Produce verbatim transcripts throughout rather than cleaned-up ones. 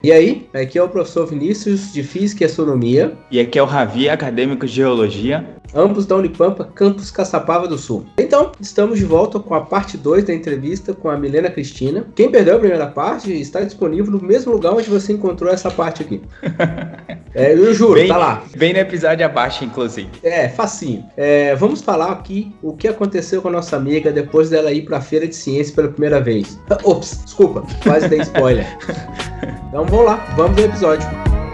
E aí, aqui é o professor Vinícius, de Física e Astronomia. E aqui é o Ravi, acadêmico de Geologia. Ambos da Unipampa, campus Caçapava do Sul. Então, estamos de volta com a parte dois da entrevista com a Milena Cristina. Quem perdeu a primeira parte está disponível no mesmo lugar onde você encontrou essa parte aqui. É, eu juro, bem, tá lá. Bem no episódio abaixo, inclusive. É, facinho. É, vamos falar aqui o que aconteceu com a nossa amiga depois dela ir para a Feira de Ciência pela primeira vez. Ops, desculpa, quase dei spoiler. Então vamos lá, vamos ao episódio.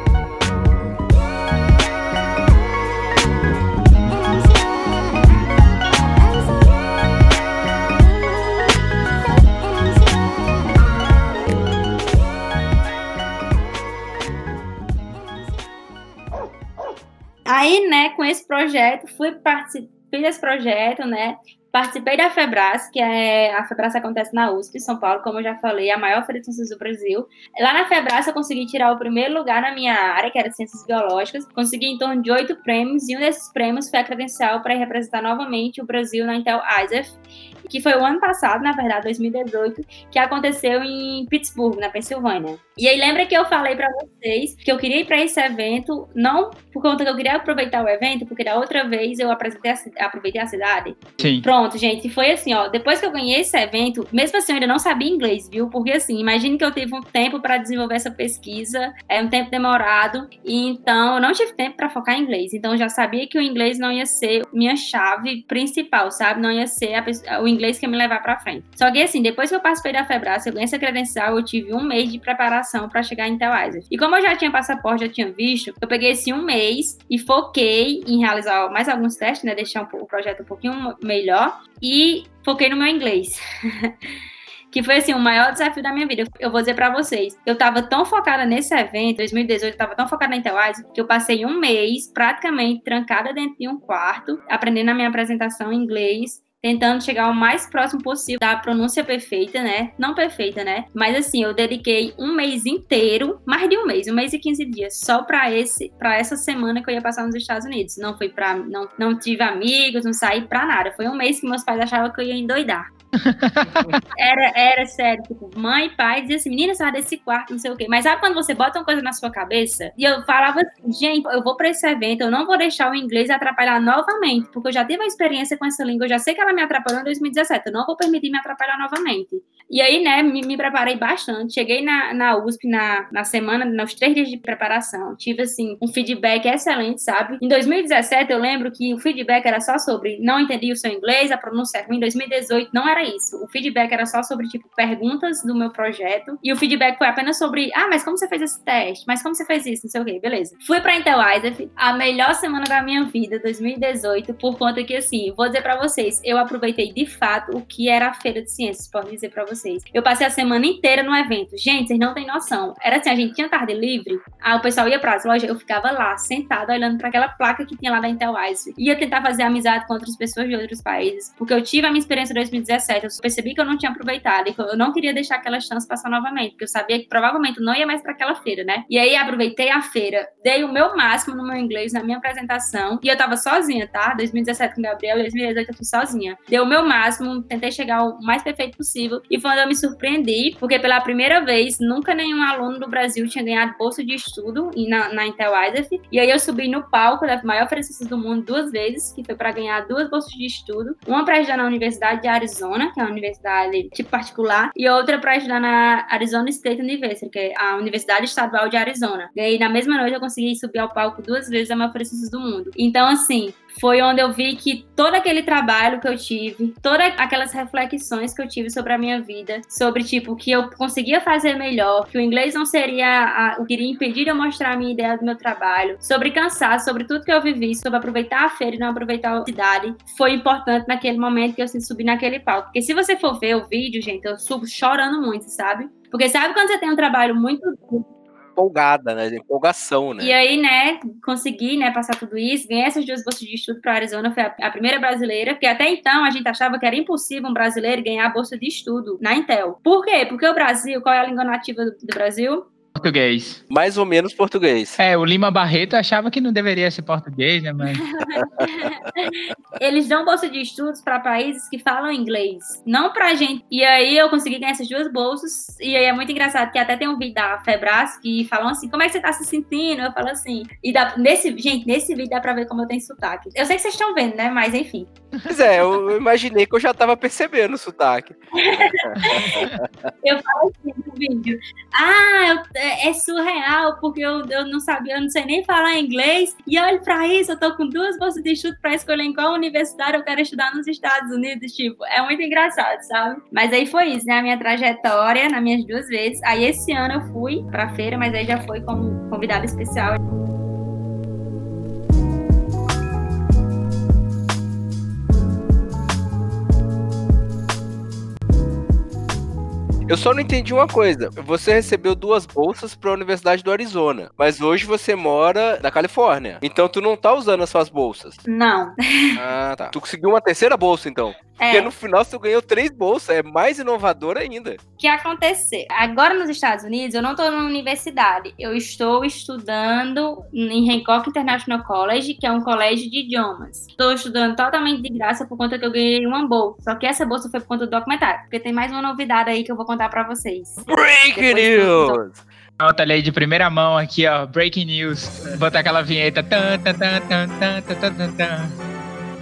Aí, né, com esse projeto, fui participar desse projeto, né, participei da FEBRAS, que é, a FEBRAS acontece na U S P, São Paulo, como eu já falei, a maior feira de ciências do Brasil. Lá na FEBRAS eu consegui tirar o primeiro lugar na minha área, que era de ciências biológicas, consegui em torno de oito prêmios, e um desses prêmios foi a credencial para representar novamente o Brasil na Intel I S E F, que foi o ano passado, na verdade, dois mil e dezoito, que aconteceu em Pittsburgh, na Pensilvânia. E aí lembra que eu falei para vocês que eu queria ir para esse evento, não por conta que eu queria aproveitar o evento, porque da outra vez eu apresentei a, aproveitei a cidade. Sim. Pronto, gente, foi assim, ó, depois que eu ganhei esse evento, mesmo assim eu ainda não sabia inglês, viu? Porque assim, imagine que eu tive um tempo para desenvolver essa pesquisa, é um tempo demorado, e então eu não tive tempo para focar em inglês. Então eu já sabia que o inglês não ia ser minha chave principal, sabe? Não ia ser a, o inglês que ia me levar para frente. Só que assim, depois que eu participei da FEBRAS, eu ganhei essa credencial, eu tive um mês de preparação para chegar em Intel I S E F. E como eu já tinha passaporte, já tinha visto, eu peguei esse um mês e foquei em realizar mais alguns testes, né? Deixar um, o projeto um pouquinho melhor e foquei no meu inglês. Que foi, assim, o maior desafio da minha vida. Eu vou dizer pra vocês, eu tava tão focada nesse evento, dois mil e dezoito, eu tava tão focada na Intel I S E F, que eu passei um mês praticamente trancada dentro de um quarto, aprendendo a minha apresentação em inglês, tentando chegar o mais próximo possível da pronúncia perfeita, né? Não perfeita, né? Mas assim, eu dediquei um mês inteiro, mais de um mês, um mês e quinze dias, só pra, esse, pra essa semana que eu ia passar nos Estados Unidos. Não fui pra... Não, não tive amigos, não saí pra nada. Foi um mês que meus pais achavam que eu ia endoidar. Era, era sério, tipo, mãe e pai diziam assim, menina, sai desse quarto, não sei o quê. Mas sabe quando você bota uma coisa na sua cabeça? E eu falava assim, gente, eu vou pra esse evento, eu não vou deixar o inglês atrapalhar novamente, porque eu já tive uma experiência com essa língua, eu já sei que ela me atrapalhou em dois mil e dezessete, eu não vou permitir me atrapalhar novamente. E aí, né, me, me preparei bastante, cheguei na, na U S P na, na semana, nos três dias de preparação, tive, assim, um feedback excelente, sabe? Em dois mil e dezessete, eu lembro que o feedback era só sobre não entendi o seu inglês, a pronúncia é ruim. Em dois mil e dezoito, não era isso. O feedback era só sobre, tipo, perguntas do meu projeto, e o feedback foi apenas sobre, ah, mas como você fez esse teste? Mas como você fez isso? Não sei o quê, beleza. Fui pra Intel I S E F, a melhor semana da minha vida, dois mil e dezoito, por conta que, assim, vou dizer pra vocês, eu aproveitei de fato o que era a Feira de Ciências, posso dizer pra vocês. Eu passei a semana inteira no evento. Gente, vocês não têm noção. Era assim, a gente tinha tarde livre, aí o pessoal ia pras lojas, eu ficava lá, sentada, olhando pra aquela placa que tinha lá da Intel I S E F. Ia tentar fazer amizade com outras pessoas de outros países, porque eu tive a minha experiência em dois mil e dezessete, eu percebi que eu não tinha aproveitado, e que eu não queria deixar aquela chance passar novamente, porque eu sabia que provavelmente eu não ia mais pra aquela feira, né? E aí aproveitei a feira, dei o meu máximo no meu inglês, na minha apresentação, e eu tava sozinha, tá? dois mil e dezessete com o Gabriel, dois mil e dezoito eu fui sozinha. Dei o meu máximo, tentei chegar o mais perfeito possível, e foi onde eu me surpreendi, porque pela primeira vez, nunca nenhum aluno do Brasil tinha ganhado bolsa de estudo na, na Intel I S E F, e aí eu subi no palco da maior feira de ciências do mundo duas vezes, que foi para ganhar duas bolsas de estudo, uma para estudar na Universidade de Arizona, que é uma universidade tipo particular, e outra para estudar na Arizona State University, que é a Universidade Estadual de Arizona. E aí na mesma noite eu consegui subir ao palco duas vezes da maior feira de ciências do mundo. Então, assim, foi onde eu vi que todo aquele trabalho que eu tive, todas aquelas reflexões que eu tive sobre a minha vida, sobre, tipo, que eu conseguia fazer melhor, que o inglês não seria a, o que iria impedir de eu mostrar a minha ideia do meu trabalho, sobre cansaço, sobre tudo que eu vivi, sobre aproveitar a feira e não aproveitar a cidade, foi importante naquele momento que eu subi naquele palco. Porque se você for ver o vídeo, gente, eu subo chorando muito, sabe? Porque sabe quando você tem um trabalho muito empolgada, né? Empolgação, né? E aí, né, consegui, né, passar tudo isso, ganhei essas duas bolsas de estudo para Arizona, foi a, a primeira brasileira, porque até então a gente achava que era impossível um brasileiro ganhar a bolsa de estudo na Intel. Por quê? Porque o Brasil, qual é a língua nativa do, do Brasil? Português. Mais ou menos português. É, o Lima Barreto achava que não deveria ser português, né? Mas Eles dão bolsa de estudos para países que falam inglês, não pra gente. E aí eu consegui ganhar essas duas bolsas. E aí é muito engraçado que até tem um vídeo da Febras que falam assim: como é que você tá se sentindo? Eu falo assim. E dá, nesse, gente, nesse vídeo dá pra ver como eu tenho sotaque. Eu sei que vocês estão vendo, né? Mas enfim. Pois é, eu imaginei que eu já tava percebendo o sotaque. Eu falo assim no vídeo: ah, eu, é, é surreal, porque eu, eu não sabia, eu não sei nem falar inglês. E olha pra isso, eu tô com duas bolsas de estudo pra escolher em qual universidade eu quero estudar nos Estados Unidos. Tipo, é muito engraçado, sabe? Mas aí foi isso, né? A minha trajetória, nas minhas duas vezes. Aí esse ano eu fui pra feira, mas aí já foi como convidada especial. Eu só não entendi uma coisa. Você recebeu duas bolsas para a Universidade do Arizona, mas hoje você mora na Califórnia. Então tu não tá usando as suas bolsas. Não. Ah, tá. Tu conseguiu uma terceira bolsa, então. É. Porque no final você ganhou três bolsas. É mais inovador ainda. O que aconteceu? Agora nos Estados Unidos, eu não estou na universidade. Eu estou estudando em Hancock International College, que é um colégio de idiomas. Estou estudando totalmente de graça por conta que eu ganhei uma bolsa. Só que essa bolsa foi por conta do documentário. Porque tem mais uma novidade aí que eu vou contar pra vocês. Breaking news! Nota aí de primeira mão aqui, ó. Breaking news. Botar aquela vinheta. Tan, tan, tan, tan, tan, tan, tan, tan.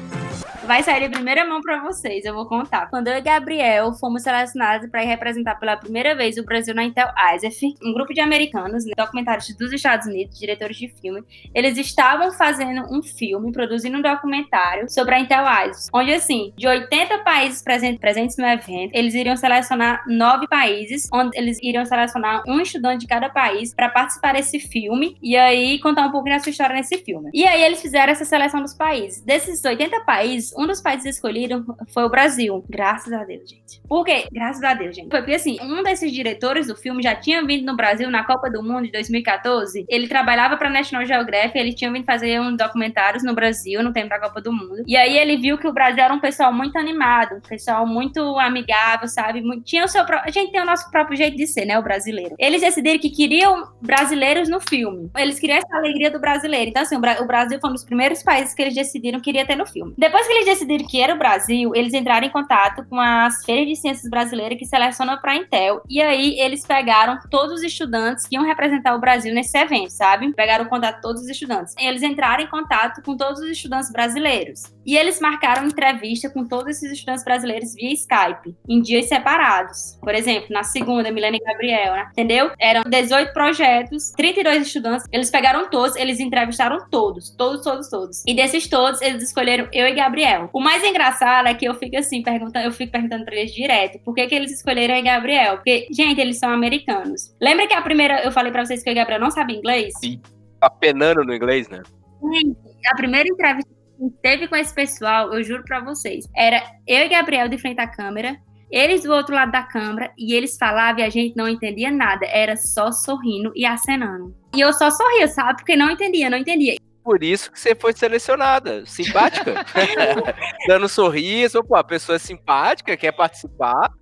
Vai sair de primeira mão pra vocês, eu vou contar. Quando eu e Gabriel fomos selecionados para ir representar pela primeira vez o Brasil na Intel I S E F, um grupo de americanos, né, documentários dos Estados Unidos, diretores de filme, eles estavam fazendo um filme, produzindo um documentário sobre a Intel I S E F, onde assim, de oitenta países presentes, presentes no evento, eles iriam selecionar nove países, onde eles iriam selecionar um estudante de cada país para participar desse filme e aí contar um pouco da sua história nesse filme. E aí eles fizeram essa seleção dos países. Desses oitenta países, um dos países escolhidos foi o Brasil. Graças a Deus, gente. Por quê? Graças a Deus, gente. Foi porque, assim, um desses diretores do filme já tinha vindo no Brasil na Copa do Mundo de dois mil e catorze. Ele trabalhava pra National Geographic, ele tinha vindo fazer uns documentários no Brasil, no tempo da Copa do Mundo. E aí ele viu que o Brasil era um pessoal muito animado, um pessoal muito amigável, sabe? Muito... Tinha o seu... Pro... A gente tem o nosso próprio jeito de ser, né? O brasileiro. Eles decidiram que queriam brasileiros no filme. Eles queriam essa alegria do brasileiro. Então, assim, o, Bra... o Brasil foi um dos primeiros países que eles decidiram que queria ter no filme. Depois que eles decidiram que era o Brasil, eles entraram em contato com as feiras de ciências brasileiras que selecionam para a Intel, e aí eles pegaram todos os estudantes que iam representar o Brasil nesse evento, sabe? Pegaram o contato de todos os estudantes. E eles entraram em contato com todos os estudantes brasileiros. E eles marcaram entrevista com todos esses estudantes brasileiros via Skype, em dias separados. Por exemplo, na segunda, Milena e Gabriel, né? Entendeu? Eram dezoito projetos, trinta e dois estudantes, eles pegaram todos, eles entrevistaram todos, todos, todos, todos. E desses todos, eles escolheram eu e Gabriel. O mais engraçado é que eu fico assim, perguntando, eu fico perguntando pra eles direto, por que que eles escolheram eu e Gabriel? Porque, gente, eles são americanos. Lembra que a primeira, eu falei pra vocês que eu e Gabriel não sabe inglês? Sim. Apenando no inglês, né? Gente, a primeira entrevista que teve com esse pessoal, eu juro pra vocês, era eu e Gabriel de frente à câmera, eles do outro lado da câmera, e eles falavam e a gente não entendia nada, era só sorrindo e acenando. E eu só sorria, sabe? Porque não entendia, não entendia. Por isso que você foi selecionada. Simpática. Dando um sorriso. Pô, a pessoa é simpática, quer participar.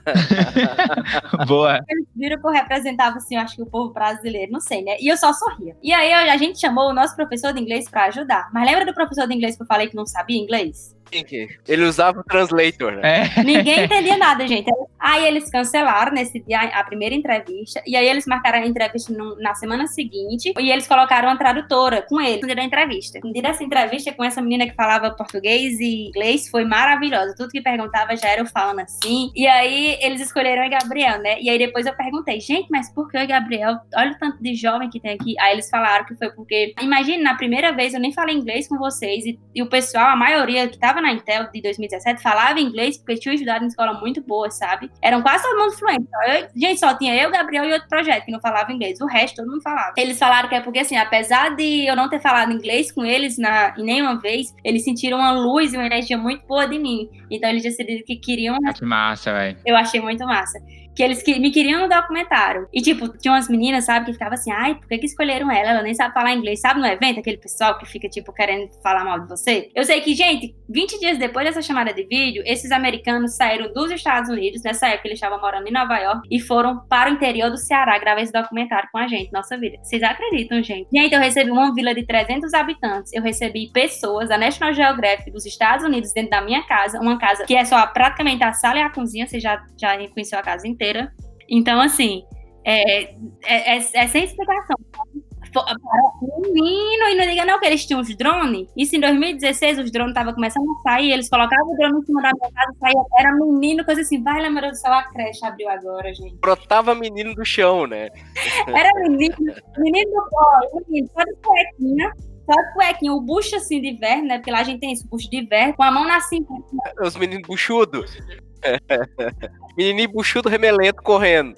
Boa. Eles viram que eu representava, assim, eu acho que o povo brasileiro, não sei, né? E eu só sorria. E aí a gente chamou o nosso professor de inglês pra ajudar. Mas lembra do professor de inglês que eu falei que não sabia inglês? Ele usava o translator, né? É. Ninguém entendia nada, gente. Aí eles cancelaram nesse dia a primeira entrevista. E aí eles marcaram a entrevista no, na semana seguinte. E eles colocaram uma tradutora com eles no dia da entrevista. No dia dessa entrevista, com essa menina que falava português e inglês, foi maravilhosa. Tudo que perguntava já era eu falando assim. E aí eles escolheram o Gabriel, né? E aí depois eu perguntei, gente, mas por que o Gabriel? Olha o tanto de jovem que tem aqui. Aí eles falaram que foi porque, imagine, na primeira vez eu nem falei inglês com vocês. E, e o pessoal, a maioria que tava na Intel de dois mil e dezessete falava inglês porque tinham estudado em escola muito boa, sabe? Eram quase todo mundo fluente. Eu, gente, só tinha eu, Gabriel e outro projeto que não falava inglês. O resto todo mundo falava. Eles falaram que é porque, assim, apesar de eu não ter falado inglês com eles na, em nenhuma vez, eles sentiram uma luz e uma energia muito boa de mim. Então eles decidiram que queriam... Que massa, velho. Eu achei muito massa. que eles que, me queriam no documentário. E, tipo, tinha umas meninas, sabe, que ficavam assim, ai, por que que escolheram ela? Ela nem sabe falar inglês. Sabe no evento, aquele pessoal que fica, tipo, querendo falar mal de você? Eu sei que, gente, vinte dias depois dessa chamada de vídeo, esses americanos saíram dos Estados Unidos, nessa época eles estavam morando em Nova York, e foram para o interior do Ceará gravar esse documentário com a gente, nossa vida. Vocês acreditam, gente? Gente, eu recebi uma vila de trezentos habitantes, eu recebi pessoas da National Geographic dos Estados Unidos dentro da minha casa, uma casa que é só praticamente a sala e a cozinha, você já, já conheceu a casa inteira. Então, assim, é, é, é, é sem explicação. Menino, e não diga não que eles tinham os drones. Isso em dois mil e dezesseis, os drones estavam começando a sair, eles colocavam o drone em cima da minha casa, saía, era menino, coisa assim, vai lá, meu Deus do céu, a creche abriu agora, gente. Brotava menino do chão, né? Era menino, menino do ó, menino, só de cuequinha, só de cuequinha, o bucho assim de verme, né, porque lá a gente tem esse bucho de verme, com a mão na cintura. Os meninos buchudos. Menininho buchudo remelento correndo.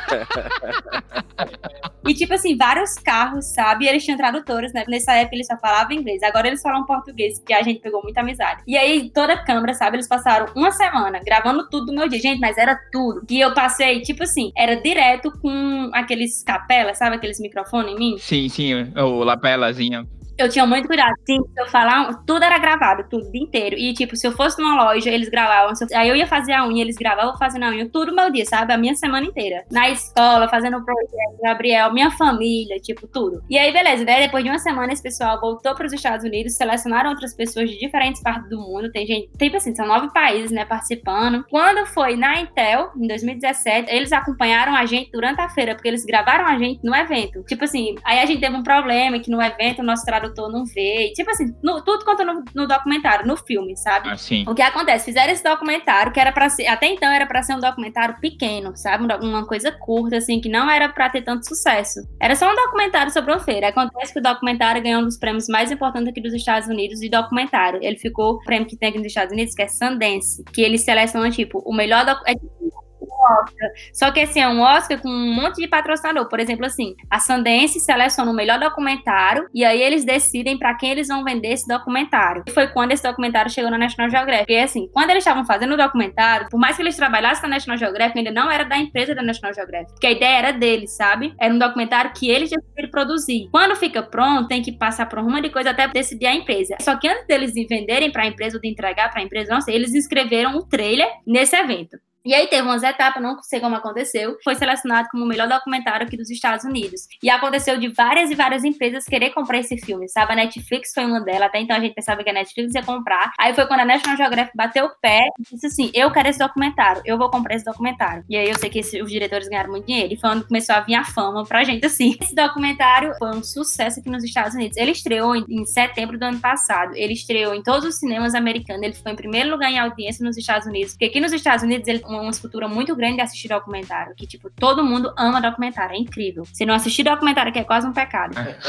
E, tipo assim, vários carros, sabe? E eles tinham tradutores, né? Nessa época eles só falavam inglês. Agora eles falam português, que a gente pegou muita amizade. E aí, toda a câmera, sabe? Eles passaram uma semana gravando tudo do meu dia. Gente, mas era tudo. E eu passei, tipo assim, era direto com aqueles capelas, sabe? Aqueles microfones em mim. Sim, sim, o lapelazinho. Eu tinha muito cuidado. Sim, se eu falar, tudo era gravado, tudo, o dia inteiro. E, tipo, se eu fosse numa loja, eles gravavam. Eu, aí eu ia fazer a unha, eles gravavam fazendo a unha. Tudo meu dia, sabe? A minha semana inteira. Na escola, fazendo o projeto, Gabriel, minha família, tipo, tudo. E aí, beleza. Daí, depois de uma semana, esse pessoal voltou para os Estados Unidos, selecionaram outras pessoas de diferentes partes do mundo. Tem gente, tipo assim, são nove países, né, participando. Quando foi na Intel, em dois mil e dezessete, eles acompanharam a gente durante a feira, porque eles gravaram a gente no evento. Tipo assim, aí a gente teve um problema que no evento o nosso tradutor não vê, tipo assim, no, tudo conta no, no documentário, no filme, sabe? Assim. O que acontece? Fizeram esse documentário que era pra ser, até então era pra ser um documentário pequeno, sabe? Uma coisa curta, assim, que não era pra ter tanto sucesso. Era só um documentário sobre uma feira. Acontece que o documentário ganhou um dos prêmios mais importantes aqui dos Estados Unidos de documentário. Ele ficou, o prêmio que tem aqui nos Estados Unidos, que é Sundance, que eles selecionam, tipo, o melhor documentário. Oscar. Só que assim, é um Oscar com um monte de patrocinador. Por exemplo, assim, a Sundance seleciona o melhor documentário e aí eles decidem pra quem eles vão vender esse documentário. E foi quando esse documentário chegou na National Geographic. Porque assim, quando eles estavam fazendo o documentário, por mais que eles trabalhassem na National Geographic, ainda não era da empresa da National Geographic. Porque a ideia era deles, sabe? Era um documentário que eles decidiram produzir. Quando fica pronto, tem que passar por uma de coisa até decidir a empresa. Só que antes deles venderem pra empresa ou de entregar pra empresa, não sei, eles inscreveram um trailer nesse evento. E aí teve umas etapas, não sei como aconteceu, foi selecionado como o melhor documentário aqui dos Estados Unidos. E aconteceu de várias e várias empresas querer comprar esse filme, sabe? A Netflix foi uma delas, até então a gente pensava que a Netflix ia comprar. Aí foi quando a National Geographic bateu o pé e disse assim, eu quero esse documentário, eu vou comprar esse documentário. E aí eu sei que esse, os diretores ganharam muito dinheiro, e foi onde começou a vir a fama pra gente, assim. Esse documentário foi um sucesso aqui nos Estados Unidos. Ele estreou em, em setembro do ano passado, ele estreou em todos os cinemas americanos, ele ficou em primeiro lugar em audiência nos Estados Unidos, porque aqui nos Estados Unidos ele uma cultura muito grande de assistir documentário, que, tipo, todo mundo ama documentário, é incrível. Se não assistir documentário aqui é quase um pecado.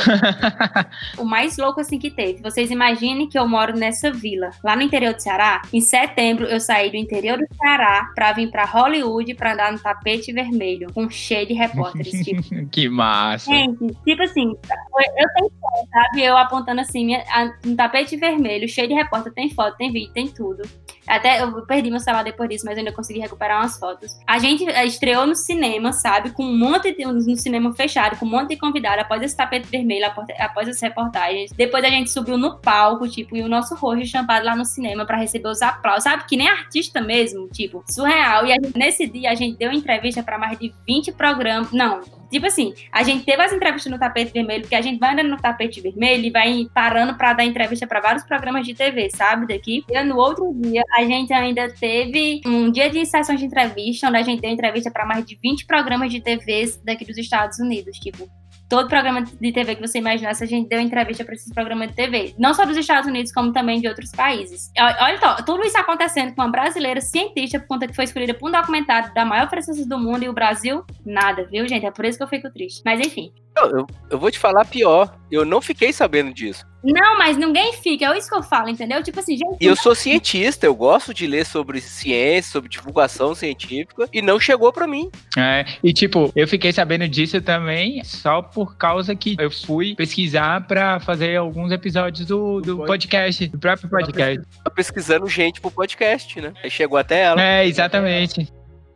O mais louco, assim, que teve, vocês imaginem que eu moro nessa vila, lá no interior do Ceará. Em setembro, eu saí do interior do Ceará pra vir pra Hollywood pra andar no tapete vermelho, com cheio de repórteres, tipo. Que massa. Gente, tipo assim, eu tenho foto, sabe? Eu apontando assim, minha, a, no tapete vermelho, cheio de repórter, tem foto, tem vídeo, tem tudo. Até eu perdi meu celular depois disso, mas eu ainda consegui recuperar umas fotos. A gente estreou no cinema, sabe? Com um monte de... No cinema fechado, com um monte de convidados, após esse tapete vermelho, após as reportagens. Depois a gente subiu no palco, tipo, e o nosso rosto estampado lá no cinema pra receber os aplausos, sabe? Que nem artista mesmo, tipo, surreal. E a gente, nesse dia, a gente deu entrevista pra mais de vinte programas. Não, tipo assim, a gente teve as entrevistas no tapete vermelho, porque a gente vai andando no tapete vermelho e vai parando pra dar entrevista pra vários programas de T V, sabe? Daqui. E no outro dia, a gente ainda teve um dia de sessões de entrevista, onde a gente deu entrevista pra mais de vinte programas de T Vs daqui dos Estados Unidos, tipo. Todo programa de T V que você imaginasse, a gente deu entrevista para esses programas de T V. Não só dos Estados Unidos, como também de outros países. Olha só, tudo isso acontecendo com uma brasileira cientista, por conta que foi escolhida por um documentário da maior francesa do mundo, e o Brasil, nada, viu, gente? É por isso que eu fico triste. Mas enfim. Eu, eu, eu vou te falar pior. Eu não fiquei sabendo disso. Não, mas ninguém fica. É isso que eu falo, entendeu? Tipo assim, gente... E eu sou cientista, eu gosto de ler sobre ciência, sobre divulgação científica, e não chegou pra mim. É, e tipo, eu fiquei sabendo disso também só por causa que eu fui pesquisar pra fazer alguns episódios do, do podcast, do próprio podcast. Tô pesquisando gente pro podcast, né? Aí chegou até ela. É, exatamente.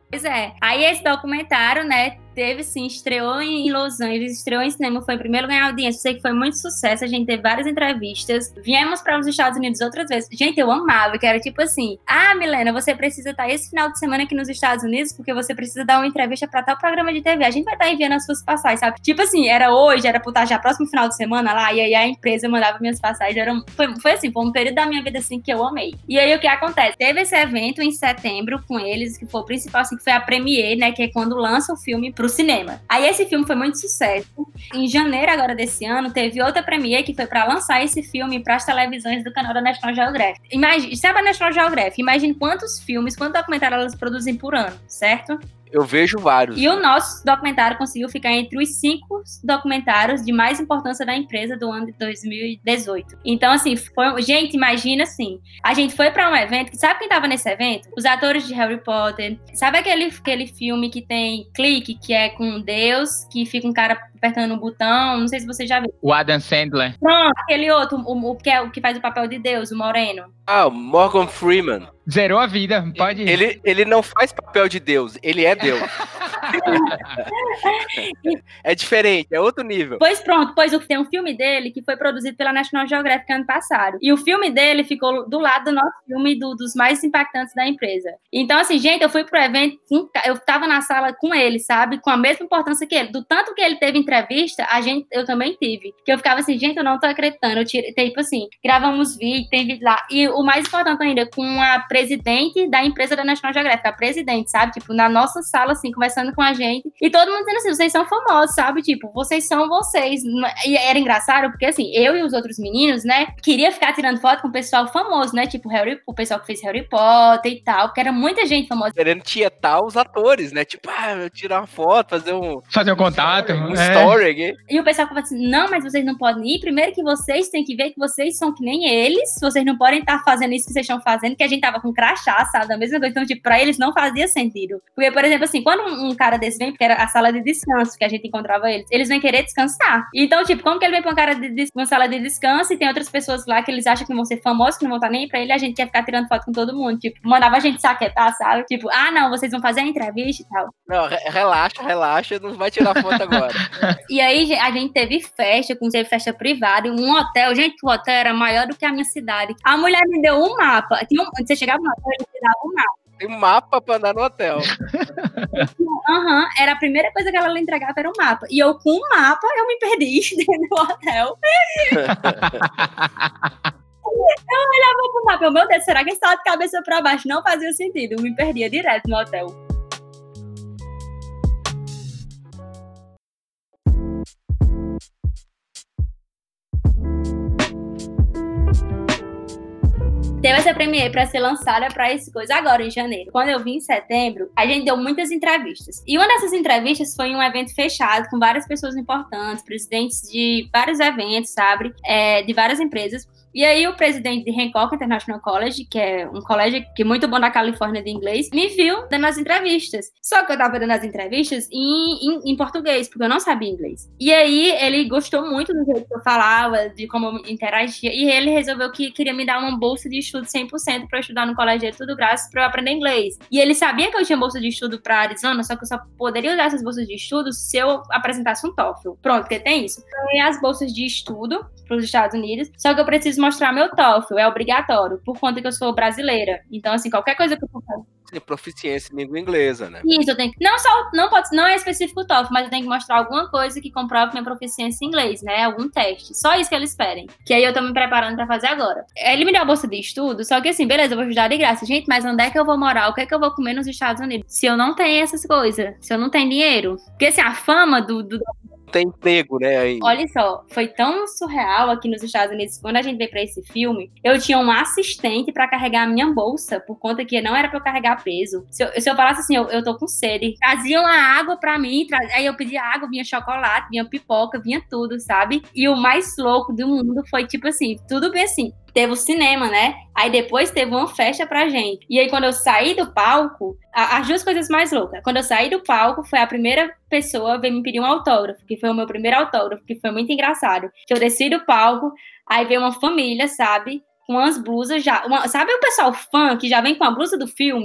Pois é. Aí esse documentário, né, teve sim, estreou em Los Angeles, estreou em cinema, foi em primeiro lugar em audiência, sei que foi muito sucesso, a gente teve várias entrevistas, viemos para os Estados Unidos outras vezes. Gente, eu amava, que era tipo assim, ah, Milena, você precisa estar esse final de semana aqui nos Estados Unidos, porque você precisa dar uma entrevista para tal programa de T V, a gente vai estar enviando as suas passagens, sabe? Tipo assim, era hoje, era pro estar já próximo final de semana lá, e aí a empresa mandava minhas passagens, era, foi, foi assim, foi um período da minha vida assim que eu amei. E aí o que acontece? Teve esse evento em setembro com eles, que foi o principal, assim, que foi a premiere, né, que é quando lança o filme pro cinema. Aí esse filme foi muito sucesso. Em janeiro agora desse ano, teve outra premiere que foi pra lançar esse filme pras televisões do canal da National Geographic. Imagine, sabe a National Geographic? Imagine quantos filmes, quantos documentários elas produzem por ano, certo? Eu vejo vários. E o nosso documentário conseguiu ficar entre os cinco documentários de mais importância da empresa do ano de dois mil e dezoito. Então, assim, foi... gente, imagina assim, a gente foi pra um evento, sabe quem tava nesse evento? Os atores de Harry Potter. Sabe aquele, aquele filme que tem clique, que é com Deus, que fica um cara apertando um botão? Não sei se você já viu. O Adam Sandler. Pronto, aquele outro, o, o, que, é, o que faz o papel de Deus, o moreno. Ah, o Morgan Freeman. Zerou a vida, pode ir. Ele, ele não faz papel de Deus, ele é Deus. É diferente, é outro nível. Pois pronto, pois tem um filme dele que foi produzido pela National Geographic ano passado. E o filme dele ficou do lado do nosso filme, do, dos mais impactantes da empresa. Então, assim, gente, eu fui pro evento, eu tava na sala com ele, sabe? Com a mesma importância que ele. Do tanto que ele teve entrevista, a gente, eu também tive. Que eu ficava assim, gente, eu não tô acreditando. Eu tirei, tipo assim, gravamos vídeo, tem vídeo lá. E o mais importante ainda, com a presidente da empresa da National Geographic, a presidente, sabe? Tipo, na nossa sala, assim, conversando com a gente. E todo mundo dizendo assim, vocês são famosos, sabe? Tipo, vocês são vocês. E era engraçado, porque assim, eu e os outros meninos, né, queria ficar tirando foto com o pessoal famoso, né? Tipo, Harry, o pessoal que fez Harry Potter e tal, porque era muita gente famosa. Querendo tietar os atores, né? Tipo, ah, eu tirar uma foto, fazer um... Fazer um contato. Um é. story aqui. E o pessoal falava assim, não, mas vocês não podem ir. Primeiro que vocês têm que ver que vocês são que nem eles. Vocês não podem estar fazendo isso que vocês estão fazendo, que a gente tava com crachá, sabe? Da mesma coisa. Então, tipo, pra eles não fazia sentido. Porque, por exemplo, assim, quando um, um cara desse vem, porque era a sala de descanso que a gente encontrava eles, eles vêm querer descansar. Então, tipo, como que ele vem pra um cara de, de uma sala de descanso e tem outras pessoas lá que eles acham que vão ser famosos, que não vão estar nem pra ele, a gente quer ficar tirando foto com todo mundo. Tipo, mandava a gente saquetar, sabe? Tipo, ah, não, vocês vão fazer a entrevista e tal. Não, relaxa, relaxa, não vai tirar foto agora. E aí, a gente teve festa, com teve festa privada, em um hotel. Gente, o hotel era maior do que a minha cidade. A mulher me deu um mapa. Tinha um, você chegava no hotel, ele te dava um mapa. Tem um mapa pra andar no hotel. Aham, uhum, era a primeira coisa que ela lhe entregava, era um mapa. E eu, com o mapa, eu me perdi dentro do hotel. Eu olhava pro mapa, eu, meu Deus, será que estava de cabeça pra baixo? Não fazia sentido, eu me perdia direto no hotel. Teve essa premiere para ser lançada para esse coisa agora, em janeiro. Quando eu vim em setembro, a gente deu muitas entrevistas. E uma dessas entrevistas foi em um evento fechado, com várias pessoas importantes, presidentes de vários eventos, sabe? É, de várias empresas. E aí o presidente de Hancock International College, que é um colégio que é muito bom da Califórnia de inglês, me viu dando as entrevistas. Só que eu tava dando as entrevistas em, em, em português, porque eu não sabia inglês. E aí ele gostou muito do jeito que eu falava, de como eu interagia, e ele resolveu que queria me dar uma bolsa de estudo cem por cento para estudar no colégio de tudo grátis para eu aprender inglês. E ele sabia que eu tinha bolsa de estudo para Arizona, só que eu só poderia usar essas bolsas de estudo se eu apresentasse um TOEFL. Pronto, porque tem isso. Eu ganhei as bolsas de estudo para os Estados Unidos, só que eu preciso mostrar meu TOEFL, é obrigatório, por conta que eu sou brasileira. Então, assim, qualquer coisa que eu for fazer... Sim, proficiência em língua inglesa, né? Isso, eu tenho que... Não, só, não, pode, não é específico o TOEFL, mas eu tenho que mostrar alguma coisa que comprove minha proficiência em inglês, né? Algum teste. Só isso que eles pedem. Que aí eu tô me preparando pra fazer agora. Ele me deu a bolsa de estudo, só que assim, beleza, eu vou estudar de graça. Gente, mas onde é que eu vou morar? O que é que eu vou comer nos Estados Unidos? Se eu não tenho essas coisas, se eu não tenho dinheiro. Porque assim, a fama do... do... tem emprego, né? Aí. Olha só, foi tão surreal aqui nos Estados Unidos, quando a gente veio pra esse filme, eu tinha um assistente pra carregar a minha bolsa, por conta que não era pra eu carregar peso. Se eu, se eu falasse assim, eu, eu tô com sede, traziam a água pra mim, tra... aí eu pedia água, vinha chocolate, vinha pipoca, vinha tudo, sabe? E o mais louco do mundo foi tipo assim, tudo bem assim. Teve o cinema, né? Aí depois teve uma festa pra gente. E aí quando eu saí do palco, a, as duas coisas mais loucas. Quando eu saí do palco, foi a primeira pessoa a vir me pedir um autógrafo, que foi o meu primeiro autógrafo, que foi muito engraçado. Que eu desci do palco, aí veio uma família, sabe? Com umas blusas já... Uma, sabe o pessoal fã que já vem com a blusa do filme?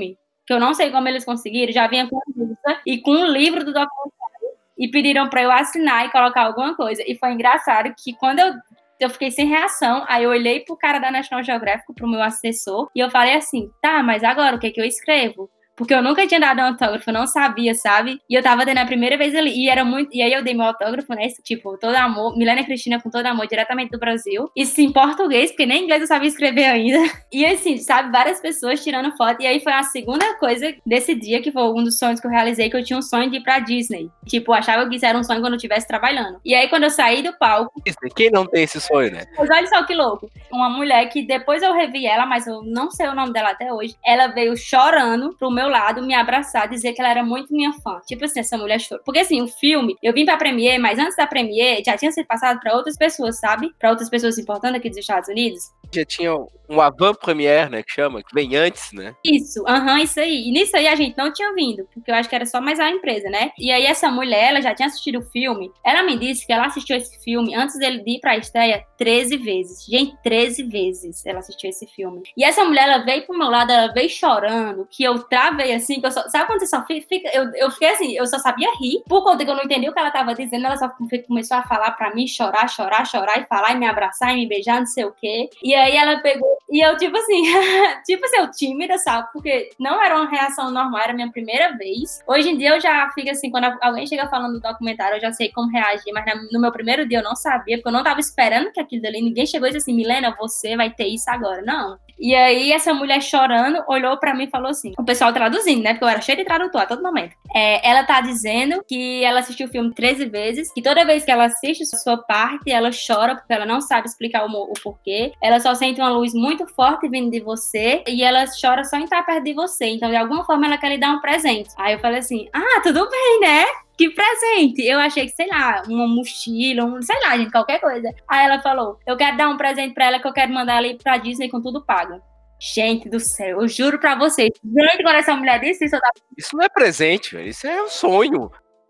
que eu não sei como eles conseguiram, já vinha com a música e com um livro do documentário e pediram pra eu assinar e colocar alguma coisa. E foi engraçado que quando eu eu fiquei sem reação, aí eu olhei pro cara da National Geographic, pro meu assessor, e eu falei assim, tá, mas agora o que é que eu escrevo? Porque eu nunca tinha dado um autógrafo, eu não sabia, sabe? E eu tava dando a primeira vez ali, e era muito... E aí eu dei meu autógrafo, né? Tipo, todo amor, Milena Cristina com todo amor, diretamente do Brasil. Isso em português, porque nem inglês eu sabia escrever ainda. E assim, sabe, várias pessoas tirando foto. E aí foi a segunda coisa desse dia, que foi um dos sonhos que eu realizei, que eu tinha um sonho de ir pra Disney. Tipo, eu achava que isso era um sonho quando eu estivesse trabalhando. E aí, quando eu saí do palco... Quem não tem esse sonho, né? Mas olha só que louco. Uma mulher que depois eu revi ela, mas eu não sei o nome dela até hoje. Ela veio chorando pro meu lado, me abraçar, dizer que ela era muito minha fã. Tipo assim, essa mulher chorou. Porque assim, o filme, eu vim pra Premiere, mas antes da Premiere, já tinha sido passado pra outras pessoas, sabe? Pra outras pessoas importantes aqui dos Estados Unidos. Já tinha um avant-première, né, que chama, que vem antes, né? Isso, aham, uhum, isso aí. E nisso aí a gente não tinha vindo, porque eu acho que era só mais a empresa, né? E aí essa mulher, ela já tinha assistido o filme, ela me disse que ela assistiu esse filme antes dele ir pra estreia treze vezes. Gente, treze vezes ela assistiu esse filme. E essa mulher, ela veio pro meu lado, ela veio chorando, que eu travei assim, que eu só... Sabe quando você só fica... Eu, eu fiquei assim, eu só sabia rir, por conta que eu não entendi o que ela tava dizendo, ela só começou a falar pra mim, chorar, chorar, chorar, e falar, e me abraçar, e me beijar, não sei o quê. E aí ela pegou, e eu tipo assim, tipo assim, eu tímida, sabe? Porque não era uma reação normal, era a minha primeira vez. Hoje em dia eu já fico assim, quando alguém chega falando do documentário, eu já sei como reagir, mas no meu primeiro dia eu não sabia, porque eu não tava esperando que aquilo dali, ninguém chegou e disse assim, Milena, você vai ter isso agora. Não. E aí essa mulher chorando, olhou pra mim e falou assim, o pessoal traduzindo, né? Porque eu era cheia de tradutor a todo momento. É, ela tá dizendo que ela assistiu o filme treze vezes, que toda vez que ela assiste a sua parte, ela chora, porque ela não sabe explicar o, o porquê. Ela só sente uma luz muito forte vindo de você, e ela chora só em estar perto de você. Então, de alguma forma, ela quer lhe dar um presente. Aí eu falei assim, ah, tudo bem, né? Que presente? Eu achei que, sei lá, uma mochila, um, sei lá, gente, qualquer coisa. Aí ela falou, eu quero dar um presente pra ela que eu quero mandar ela ir pra Disney com tudo pago. Gente do céu, eu juro pra vocês. Gente, quando essa mulher disse isso, eu tava... Isso não é presente, velho. Isso é um sonho.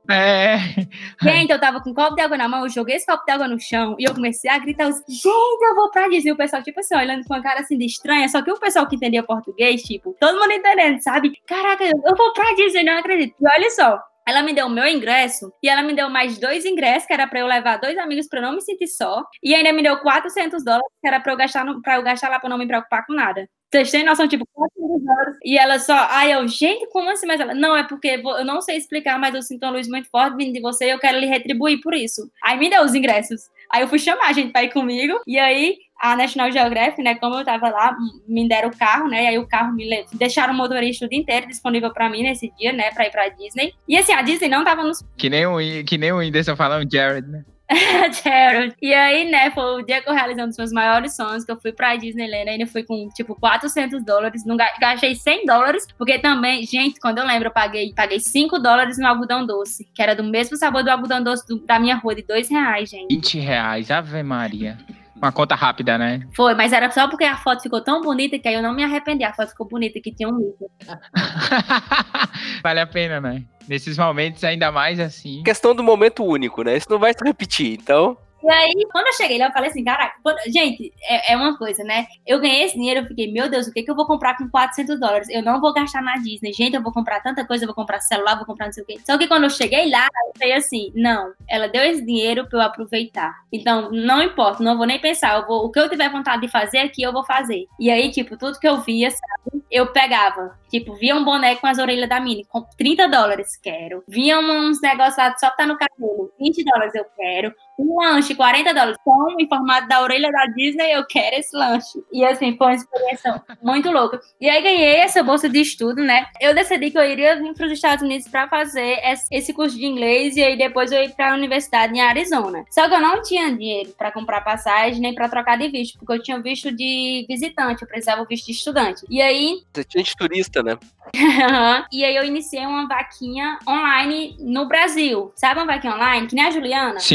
É. Gente, eu tava com um copo de água na mão, eu joguei esse copo de água no chão e eu comecei a gritar, gente, eu vou pra Disney. O pessoal, tipo assim, olhando com uma cara assim de estranha, só que o pessoal que entendia português, tipo, todo mundo entendendo, sabe? Caraca, eu vou pra Disney, não acredito. E olha só, ela me deu o meu ingresso e ela me deu mais dois ingressos, que era pra eu levar dois amigos pra eu não me sentir só. E ainda me deu quatrocentos dólares, que era pra eu gastar, no, pra eu gastar lá pra eu não me preocupar com nada. Vocês têm noção, tipo, quatrocentos dólares. E ela só, ai, eu, gente, como assim? Mas ela, não, é porque eu não sei explicar, mas eu sinto uma luz muito forte vindo de você e eu quero lhe retribuir por isso. Aí me deu os ingressos. Aí eu fui chamar a gente pra ir comigo. E aí a National Geographic, né, como eu tava lá, me deram o carro, né, e aí o carro me levou, deixaram o motorista o dia inteiro disponível pra mim nesse dia, né, pra ir pra Disney. E assim, a Disney não tava nos... Que nem o, que nem o Whindersson falando, Jared, né? Jared. E aí, né, foi o dia que eu realizei um dos meus maiores sonhos, que eu fui pra Disneyland, ainda fui com, tipo, quatrocentos dólares, não gastei cem dólares, porque também, gente, quando eu lembro, eu paguei, paguei cinco dólares no algodão doce, que era do mesmo sabor do algodão doce do, da minha rua, de dois reais, gente. vinte reais, Ave Maria. Uma conta rápida, né? Foi, mas era só porque a foto ficou tão bonita que aí eu não me arrependi. A foto ficou bonita, que tinha um livro. Vale a pena, né? Nesses momentos, ainda mais assim. Questão do momento único, né? Isso não vai se repetir, então... E aí, quando eu cheguei lá, eu falei assim, caraca, quando... gente, é, é uma coisa, né? Eu ganhei esse dinheiro, eu fiquei, meu Deus, o que, que eu vou comprar com quatrocentos dólares? Eu não vou gastar na Disney. Gente, eu vou comprar tanta coisa, eu vou comprar celular, vou comprar não sei o quê. Só que quando eu cheguei lá, eu falei assim, não, ela deu esse dinheiro pra eu aproveitar. Então, não importa, não vou nem pensar. Eu vou, o que eu tiver vontade de fazer aqui, eu vou fazer. E aí, tipo, tudo que eu via, sabe? Eu pegava. Tipo, via um boneco com as orelhas da Minnie, com trinta dólares, quero. Via uns negócios lá só que tá no cabelo, vinte dólares, eu quero. Um lanche, quarenta dólares, pão em formato da orelha da Disney, eu quero esse lanche. E assim, foi uma experiência muito louca. E aí ganhei essa bolsa de estudo, né? Eu decidi que eu iria vir para os Estados Unidos para fazer esse curso de inglês e aí depois eu ia para a universidade em Arizona. Só que eu não tinha dinheiro para comprar passagem nem para trocar de visto, porque eu tinha visto de visitante, eu precisava do visto de estudante. E aí... Você tinha de turista, né? E aí eu iniciei uma vaquinha online no Brasil. Sabe uma vaquinha online? Que nem a Juliana? Sim. Sim,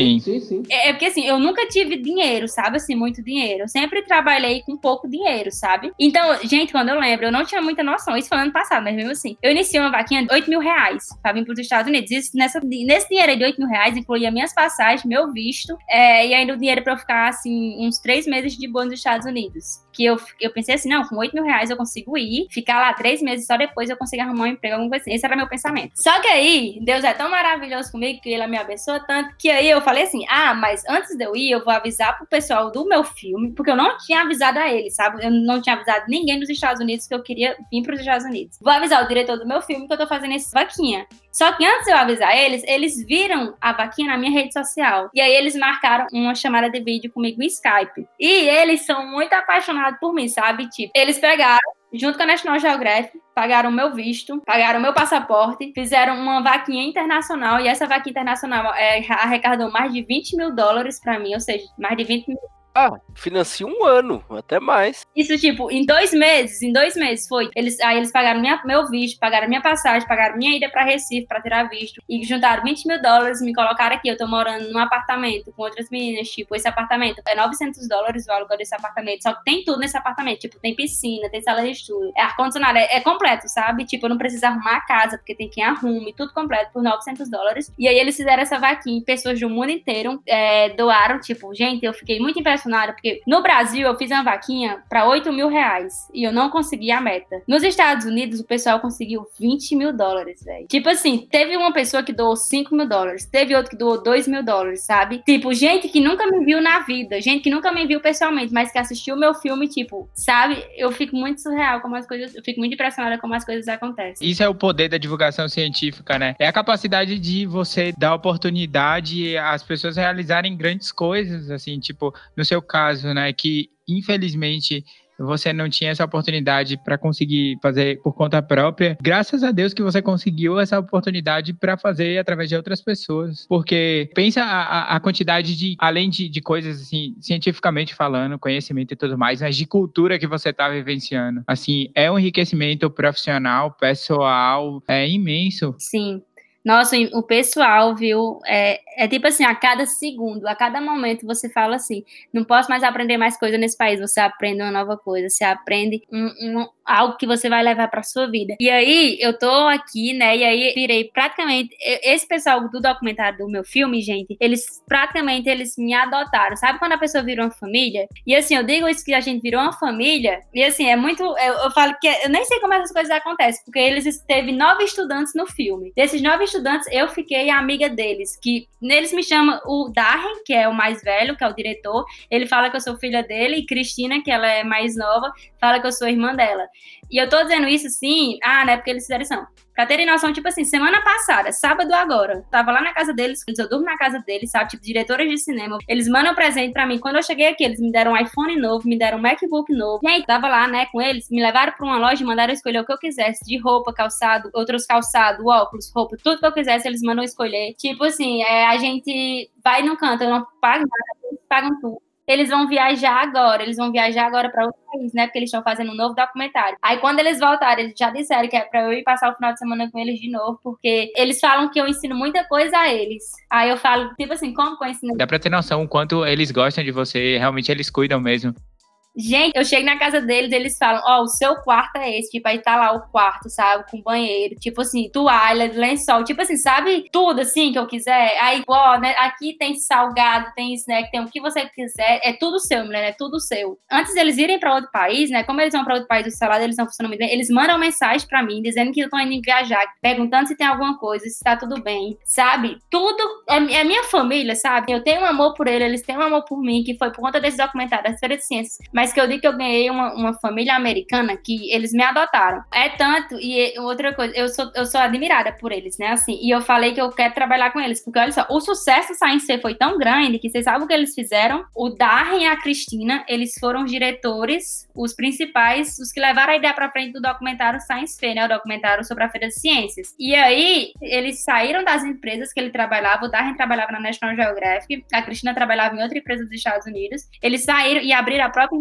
sim. É, é porque assim, eu nunca tive dinheiro, sabe? Assim, muito dinheiro. Eu sempre trabalhei com pouco dinheiro, sabe? Então, gente, quando eu lembro, eu não tinha muita noção. Isso foi ano passado, mas mesmo assim. Eu iniciei uma vaquinha de oito mil reais pra vir pros Estados Unidos. Isso, nessa, nesse dinheiro aí de oito mil reais, incluía minhas passagens, meu visto, é, e ainda o dinheiro pra eu ficar, assim, uns três meses de boa nos Estados Unidos. Que eu, eu pensei assim, não, com oito mil reais eu consigo ir, ficar lá três meses, só depois eu consigo arrumar um emprego, alguma coisa assim. Esse era meu pensamento. Só que aí, Deus é tão maravilhoso comigo, que ele me abençoa tanto, que aí eu falei assim, ah, mas antes de eu ir, eu vou avisar pro pessoal do meu filme, porque eu não tinha avisado a eles, sabe? Eu não tinha avisado ninguém nos Estados Unidos que eu queria vir pros Estados Unidos. Vou avisar o diretor do meu filme que eu tô fazendo essa vaquinha. Só que antes de eu avisar eles, eles viram a vaquinha na minha rede social. E aí eles marcaram uma chamada de vídeo comigo no Skype. E eles são muito apaixonados por mim, sabe? Tipo, eles pegaram, junto com a National Geographic, pagaram o meu visto, pagaram o meu passaporte, fizeram uma vaquinha internacional. E essa vaquinha internacional é, arrecadou mais de vinte mil dólares pra mim. Ou seja, mais de vinte mil. Ah, financia um ano, até mais. Isso, tipo, em dois meses, em dois meses foi. Eles, aí eles pagaram minha, meu visto, pagaram minha passagem, pagaram minha ida pra Recife pra tirar visto. E juntaram vinte mil dólares, me colocaram aqui. Eu tô morando num apartamento com outras meninas. Tipo, esse apartamento é novecentos dólares o aluguel desse apartamento. Só que tem tudo nesse apartamento. Tipo, tem piscina, tem sala de estudo, é ar-condicionado, é, é completo, sabe? Tipo, eu não preciso arrumar a casa, porque tem quem arrume, tudo completo por novecentos dólares. E aí eles fizeram essa vaquinha. Pessoas do mundo inteiro é, doaram. Tipo, gente, eu fiquei muito impressionada, porque no Brasil eu fiz uma vaquinha pra oito mil reais e eu não consegui a meta. Nos Estados Unidos, o pessoal conseguiu vinte mil dólares, velho. Tipo assim, teve uma pessoa que doou cinco mil dólares, teve outro que doou dois mil dólares, sabe? Tipo, gente que nunca me viu na vida, gente que nunca me viu pessoalmente, mas que assistiu o meu filme, tipo, sabe? Eu fico muito surreal como as coisas, eu fico muito impressionada como as coisas acontecem. Isso é o poder da divulgação científica, né? É a capacidade de você dar oportunidade às pessoas realizarem grandes coisas, assim, tipo, no seu caso, né, que infelizmente você não tinha essa oportunidade para conseguir fazer por conta própria. Graças a Deus que você conseguiu essa oportunidade para fazer através de outras pessoas. Porque pensa a, a quantidade de, além de, de coisas assim, cientificamente falando, conhecimento e tudo mais, mas de cultura que você está vivenciando. Assim, é um enriquecimento profissional, pessoal, é imenso. Sim. Nossa, o pessoal, viu, é, é tipo assim, a cada segundo, a cada momento você fala assim, não posso mais aprender mais coisa nesse país, você aprende uma nova coisa, você aprende um, um, algo que você vai levar pra sua vida. E aí, eu tô aqui, né, e aí virei praticamente, esse pessoal do documentário do meu filme, gente, eles praticamente, eles me adotaram, sabe quando a pessoa vira uma família? E assim, eu digo isso que a gente virou uma família, e assim, é muito, eu, eu falo que, eu nem sei como essas coisas acontecem, porque eles teve nove estudantes no filme, desses nove estudantes, eu fiquei amiga deles, que neles me chama o Darren, que é o mais velho, que é o diretor, ele fala que eu sou filha dele, e Cristina, que ela é mais nova, fala que eu sou irmã dela. E eu tô dizendo isso assim, ah, né, porque eles fizeram isso. Pra terem noção, tipo assim, semana passada, sábado agora, tava lá na casa deles, eu durmo na casa deles, sabe, tipo, diretores de cinema, eles mandam presente pra mim, quando eu cheguei aqui, eles me deram um iPhone novo, me deram um MacBook novo, e aí, tava lá, né, com eles, me levaram pra uma loja e mandaram escolher o que eu quisesse, de roupa, calçado, outros calçados, óculos, roupa, tudo que eu quisesse, eles mandam escolher, tipo assim, é, a gente vai num canto, eu não pago nada, eles pagam tudo. Eles vão viajar agora, eles vão viajar agora para outro país, né? Porque eles estão fazendo um novo documentário. Aí quando eles voltarem, eles já disseram que é para eu ir passar o final de semana com eles de novo, porque eles falam que eu ensino muita coisa a eles. Aí eu falo, tipo assim, como que eu ensino? Dá pra ter noção o quanto eles gostam de você, realmente eles cuidam mesmo. Gente, eu chego na casa deles, eles falam, ó, oh, o seu quarto é esse, tipo, aí tá lá o quarto, sabe, com banheiro, tipo assim, toalha, lençol, tipo assim, sabe, tudo assim que eu quiser, aí, ó, né, aqui tem salgado, tem snack, tem o que você quiser, é tudo seu, mulher, é tudo seu. Antes deles irem pra outro país, né, como eles vão pra outro país do salário, eles não funcionam muito bem, eles mandam mensagem pra mim, dizendo que estão indo viajar, perguntando se tem alguma coisa, se tá tudo bem, sabe, tudo, é, é minha família, sabe, eu tenho um amor por ele, eles têm um amor por mim, que foi por conta desse documentário, das Feiras de Ciências, mas que eu digo que eu ganhei uma, uma família americana que eles me adotaram. É tanto, e outra coisa, eu sou, eu sou admirada por eles, né, assim, e eu falei que eu quero trabalhar com eles, porque olha só, o sucesso do Science Fair foi tão grande que vocês sabem o que eles fizeram? O Darren e a Cristina, eles foram os diretores, os principais, os que levaram a ideia pra frente do documentário Science Fair, né, o documentário sobre a Feira de Ciências. E aí, eles saíram das empresas que ele trabalhava, o Darren trabalhava na National Geographic, a Cristina trabalhava em outra empresa dos Estados Unidos, eles saíram e abriram a própria empresa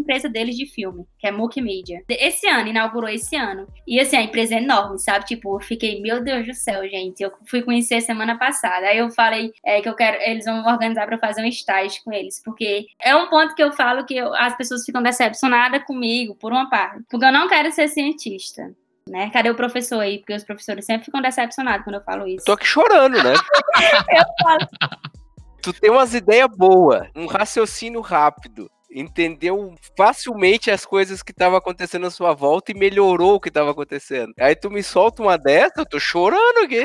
empresa deles de filme, que é Mook Media. Esse ano, inaugurou esse ano. E assim, a empresa é enorme, sabe? Tipo, eu fiquei, meu Deus do céu, gente. Eu fui conhecer semana passada. Aí eu falei é, que eu quero, eles vão organizar pra fazer um estágio com eles. Porque é um ponto que eu falo que eu, as pessoas ficam decepcionadas comigo, por uma parte. Porque eu não quero ser cientista. Né? Cadê o professor aí? Porque os professores sempre ficam decepcionados quando eu falo isso. Tô aqui chorando, né? Eu falo. Tu tem umas ideias boas, um raciocínio rápido. Entendeu facilmente as coisas que estavam acontecendo à sua volta e melhorou o que estava acontecendo. Aí tu me solta uma dessa, eu tô chorando aqui.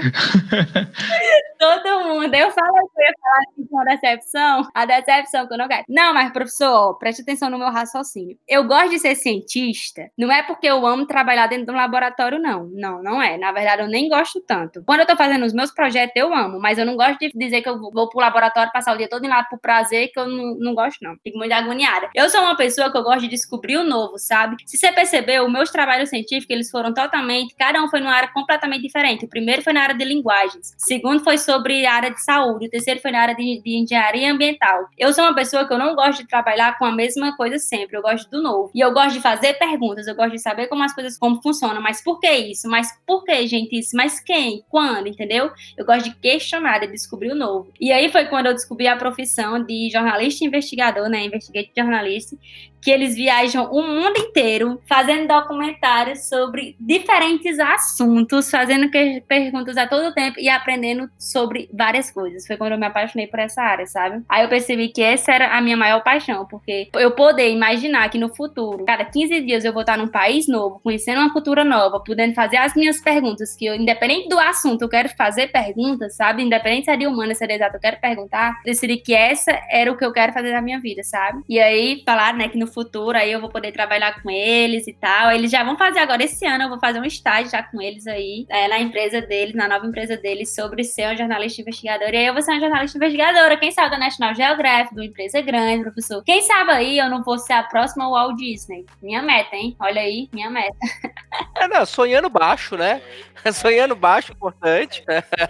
Todo mundo. Eu falo que eu ia falar assim com a decepção. A decepção que eu não quero. Não, mas professor, ó, preste atenção no meu raciocínio. Eu gosto de ser cientista, não é porque eu amo trabalhar dentro de um laboratório, não. Não, não é. Na verdade, eu nem gosto tanto. Quando eu tô fazendo os meus projetos, eu amo, mas eu não gosto de dizer que eu vou pro laboratório passar o dia todo lá pro prazer, que eu não, não gosto, não. Fico muito agoniada. Eu sou uma pessoa que eu gosto de descobrir o novo, sabe? Se você percebeu, os meus trabalhos científicos, eles foram totalmente, cada um foi numa área completamente diferente. O primeiro foi na área de linguagens, o segundo foi sobre a área de saúde, o terceiro foi na área de, de engenharia ambiental. Eu sou uma pessoa que eu não gosto de trabalhar com a mesma coisa sempre, eu gosto do novo. E eu gosto de fazer perguntas, eu gosto de saber como as coisas, como funcionam, mas por que isso? Mas por que, gente, isso? Mas quem? Quando? Entendeu? Eu gosto de questionar, de descobrir o novo. E aí foi quando eu descobri a profissão de jornalista investigador, né? Investigative journalist, que eles viajam o mundo inteiro fazendo documentários sobre diferentes assuntos, fazendo que- perguntas a todo tempo e aprendendo sobre várias coisas. Foi quando eu me apaixonei por essa área, sabe? Aí eu percebi que essa era a minha maior paixão, porque eu poder imaginar que no futuro, cada quinze dias eu vou estar num país novo, conhecendo uma cultura nova, podendo fazer as minhas perguntas, que eu, independente do assunto, eu quero fazer perguntas, sabe? Independente se é de humana, se é de exato, eu quero perguntar. Decidi que essa era o que eu quero fazer na minha vida, sabe? E aí, falar, né, que no futuro aí eu vou poder trabalhar com eles e tal. Eles já vão fazer agora, esse ano, eu vou fazer um estágio já com eles aí, é, na empresa deles, na nova empresa deles, sobre ser uma jornalista investigadora. E aí eu vou ser uma jornalista investigadora, quem sabe da National Geographic, de uma empresa grande, professor. Quem sabe aí eu não vou ser a próxima Walt Disney. Minha meta, hein? Olha aí, minha meta. É, não, sonhando baixo, né? Sonhando baixo, importante.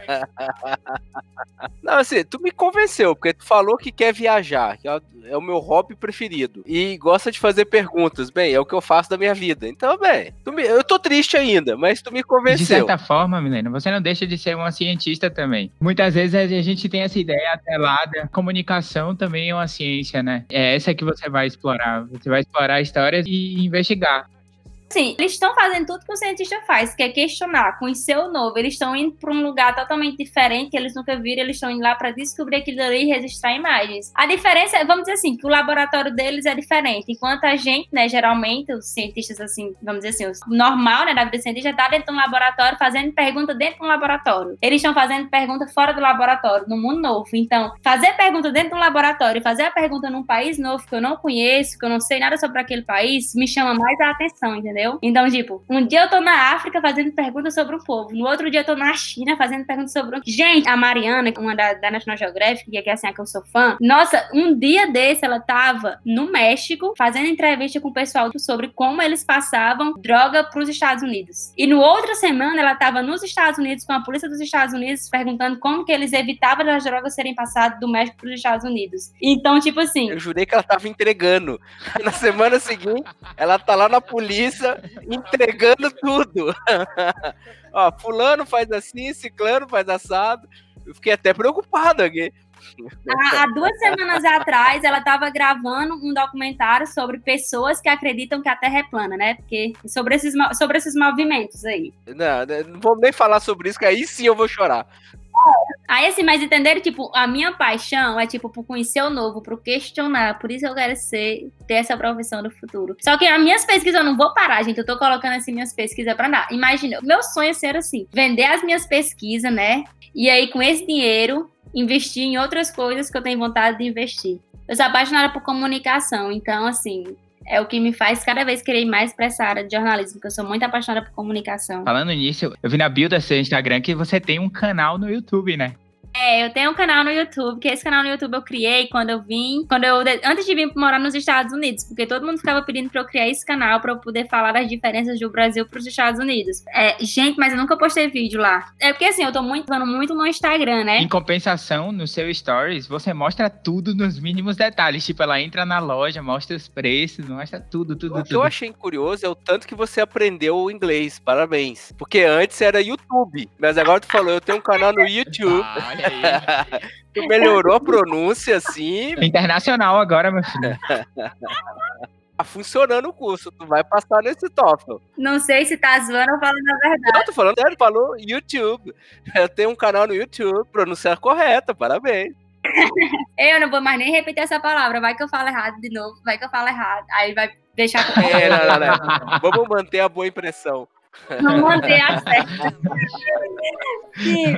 Não, assim, tu me convenceu, porque tu falou que quer viajar, que é o meu hobby preferido. E gosta de fazer perguntas. Bem, é o que eu faço da minha vida. Então, bem, tu me, eu tô triste ainda, mas tu me convenceu. De certa forma, Milena, você não deixa de ser uma cientista também. Muitas vezes a gente tem essa ideia atrelada. Comunicação também é uma ciência, né? É essa que você vai explorar. Você vai explorar histórias e investigar. Sim, eles estão fazendo tudo que o cientista faz, que é questionar, conhecer o novo. Eles estão indo para um lugar totalmente diferente, que eles nunca viram, eles estão indo lá para descobrir aquilo ali e registrar imagens. A diferença é, vamos dizer assim, que o laboratório deles é diferente, enquanto a gente, né, geralmente, os cientistas, assim, vamos dizer assim, o normal, né, da vida cientista, está dentro de um laboratório, fazendo pergunta dentro de um laboratório. Eles estão fazendo pergunta fora do laboratório, no mundo novo. Então, fazer pergunta dentro de um laboratório e fazer a pergunta num país novo que eu não conheço, que eu não sei nada sobre aquele país, me chama mais a atenção, entendeu? Então, tipo, um dia eu tô na África fazendo perguntas sobre um povo, no outro dia eu tô na China fazendo perguntas sobre um... Gente, a Mariana, uma da, da National Geographic, que é assim, a que eu sou fã, nossa, um dia desse ela tava no México fazendo entrevista com o pessoal sobre como eles passavam droga pros Estados Unidos. E no outra semana ela tava nos Estados Unidos com a polícia dos Estados Unidos perguntando como que eles evitavam as drogas serem passadas do México pros Estados Unidos. Então, tipo assim... Eu jurei que ela tava entregando. Na semana seguinte, ela tá lá na polícia entregando tudo. Ó, fulano faz assim, ciclano faz assado. Eu fiquei até preocupado aqui. Há, há duas semanas atrás, ela estava gravando um documentário sobre pessoas que acreditam que a Terra é plana, né? Porque sobre esses, sobre esses movimentos aí. Não, não vou nem falar sobre isso, que aí sim eu vou chorar. Aí, assim, mas entenderam, tipo, a minha paixão é, tipo, por conhecer o novo, por questionar, por isso eu quero ser, ter essa profissão no futuro. Só que as minhas pesquisas, eu não vou parar, gente, eu tô colocando, assim, minhas pesquisas pra andar. Imagina, meu sonho é ser, assim, vender as minhas pesquisas, né, e aí, com esse dinheiro, investir em outras coisas que eu tenho vontade de investir. Eu sou apaixonada por comunicação, então, assim... É o que me faz cada vez querer ir mais pra essa área de jornalismo, porque eu sou muito apaixonada por comunicação. Falando nisso, eu vi na bio do seu Instagram que você tem um canal no YouTube, né? É, eu tenho um canal no YouTube, que esse canal no YouTube eu criei quando eu vim, quando eu, antes de vir morar nos Estados Unidos, porque todo mundo ficava pedindo pra eu criar esse canal pra eu poder falar das diferenças do Brasil pros Estados Unidos. É, gente, mas eu nunca postei vídeo lá. É porque assim, eu tô muito, falando muito no Instagram, né? Em compensação, no seu Stories, você mostra tudo nos mínimos detalhes. Tipo, ela entra na loja, mostra os preços, mostra tudo, tudo, O tudo. que eu achei curioso é o tanto que você aprendeu o inglês. Parabéns. Porque antes era YouTube, mas agora tu falou, eu tenho um canal no YouTube. Ah, olha aí. Tu melhorou a pronúncia, assim. Internacional agora, meu filho. Tá funcionando o curso, tu vai passar nesse TOEFL. Não sei se tá zoando ou falando a verdade. Não, tô falando sério, falou YouTube. Eu tenho um canal no YouTube, pronúncia correta, parabéns. Eu não vou mais nem repetir essa palavra, vai que eu falo errado de novo, vai que eu falo errado. Aí vai deixar... É, não, não, não. Vamos manter a boa impressão. Não manter a certa. Sim.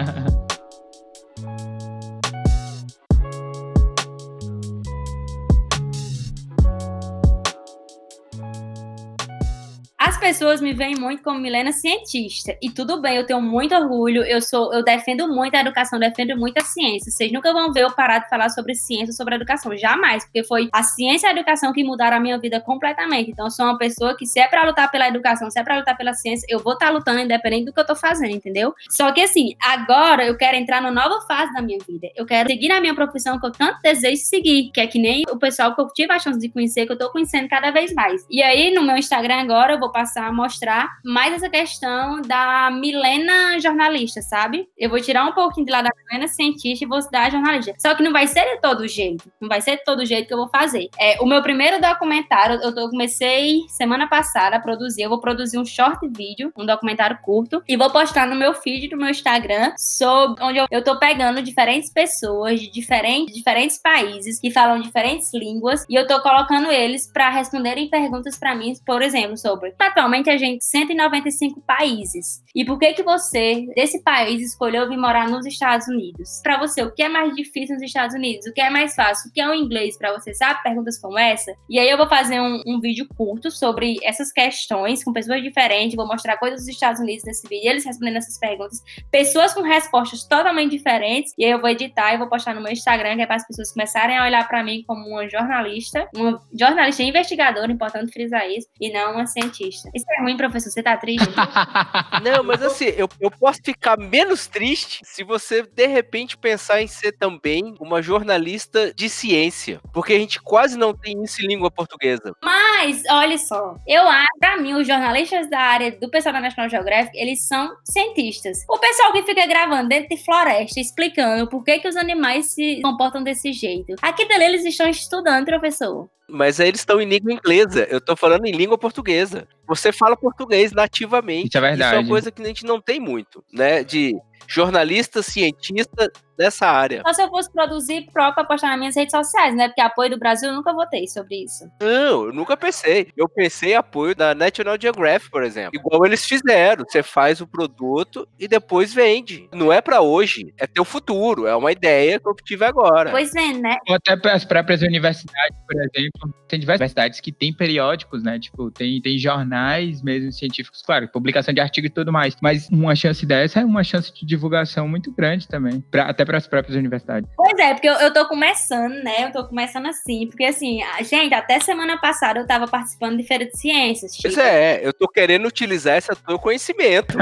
As pessoas me veem muito como Milena cientista. E tudo bem, eu tenho muito orgulho. Eu sou, eu defendo muito a educação, defendo muito a ciência. Vocês nunca vão ver eu parar de falar sobre ciência, sobre educação. Jamais. Porque foi a ciência e a educação que mudaram a minha vida completamente. Então, eu sou uma pessoa que, se é pra lutar pela educação, se é pra lutar pela ciência, eu vou estar lutando independente do que eu tô fazendo, entendeu? Só que, assim, agora eu quero entrar numa nova fase da minha vida. Eu quero seguir na minha profissão que eu tanto desejo seguir. Que é que nem o pessoal que eu tive a chance de conhecer, que eu tô conhecendo cada vez mais. E aí, no meu Instagram agora, eu vou passar a mostrar mais essa questão da Milena jornalista, sabe? Eu vou tirar um pouquinho de lá da Milena cientista e vou dar a jornalista. Só que não vai ser de todo jeito. Não vai ser de todo jeito que eu vou fazer. É, o meu primeiro documentário, eu, eu comecei semana passada a produzir. Eu vou produzir um short vídeo, um documentário curto, e vou postar no meu feed do meu Instagram, sobre, onde eu, eu tô pegando diferentes pessoas de diferentes, diferentes países que falam diferentes línguas, e eu tô colocando eles pra responderem perguntas pra mim, por exemplo, sobre... Atualmente a gente cento e noventa e cinco países. E por que que você, desse país, escolheu vir morar nos Estados Unidos? Pra você, o que é mais difícil nos Estados Unidos? O que é mais fácil? O que é o inglês pra você? Sabe? Perguntas como essa. E aí eu vou fazer um, um vídeo curto sobre essas questões, com pessoas diferentes. Vou mostrar coisas dos Estados Unidos nesse vídeo, eles respondendo essas perguntas. Pessoas com respostas totalmente diferentes. E aí eu vou editar e vou postar no meu Instagram, que é para as pessoas começarem a olhar pra mim como uma jornalista. Uma jornalista investigadora, importante frisar isso, e não uma cientista. Isso é ruim, professor? Você tá triste? Não, mas assim, eu, eu posso ficar menos triste se você, de repente, pensar em ser também uma jornalista de ciência. Porque a gente quase não tem isso em língua portuguesa. Mas, olha só, eu acho, pra mim, os jornalistas da área do pessoal da National Geographic, eles são cientistas. O pessoal que fica gravando dentro de floresta, explicando por que que os animais se comportam desse jeito. Aqui dali eles estão estudando, professor. Mas aí eles estão em língua inglesa. Eu tô falando em língua portuguesa. Você fala português nativamente. Isso é verdade. Isso é uma coisa que a gente não tem muito, né? De jornalista, cientista dessa área. Só se eu fosse produzir próprio pra postar nas minhas redes sociais, né? Porque apoio do Brasil eu nunca votei sobre isso. Não, eu nunca pensei. Eu pensei em apoio da National Geographic, por exemplo. Igual eles fizeram. Você faz o produto e depois vende. Não é pra hoje, é teu futuro. É uma ideia que eu tive agora. Pois é, né? Ou até para as próprias universidades, por exemplo. Tem diversas universidades que têm periódicos, né? Tipo, tem, tem jornais mesmo científicos, claro, publicação de artigo e tudo mais. Mas uma chance dessa é uma chance de divulgação muito grande também. Pra, até para as próprias universidades. Pois é, porque eu, eu tô começando, né? Eu tô começando assim. Porque assim, a, gente, até semana passada eu tava participando de feira de ciências. Pois Chica. é, eu tô querendo utilizar esse teu conhecimento.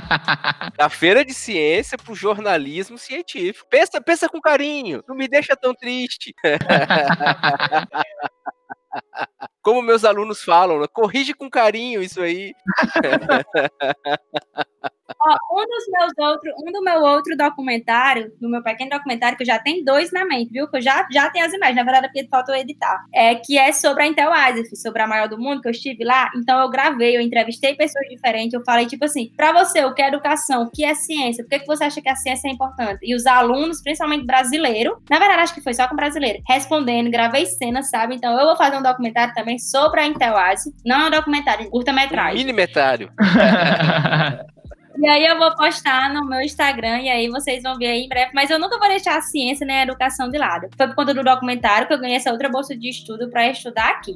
Da feira de ciência pro jornalismo científico. Pensa, pensa com carinho. Não me deixa tão triste. Como meus alunos falam, né? Corrige com carinho isso aí. Ó, um dos meus outros, um do meu outro documentário, do meu pequeno documentário, que eu já tenho dois na mente, viu? Que eu já, já tenho as imagens, na verdade, porque faltou editar. É, que é sobre a Intel Isaac, sobre a maior do mundo, que eu estive lá. Então eu gravei, eu entrevistei pessoas diferentes, eu falei, tipo assim, pra você, o que é educação, o que é ciência, por que, que você acha que a ciência é importante? E os alunos, principalmente brasileiro, na verdade, acho que foi só com brasileiro, respondendo, gravei cenas, sabe? Então eu vou fazer um documentário também sobre a Intel Isaac. Não é um documentário, é um curta-metragem. Um mini-metário. E aí eu vou postar no meu Instagram, e aí vocês vão ver aí em breve. Mas eu nunca vou deixar a ciência nem a educação de lado. Foi por conta do documentário que eu ganhei essa outra bolsa de estudo para estudar aqui.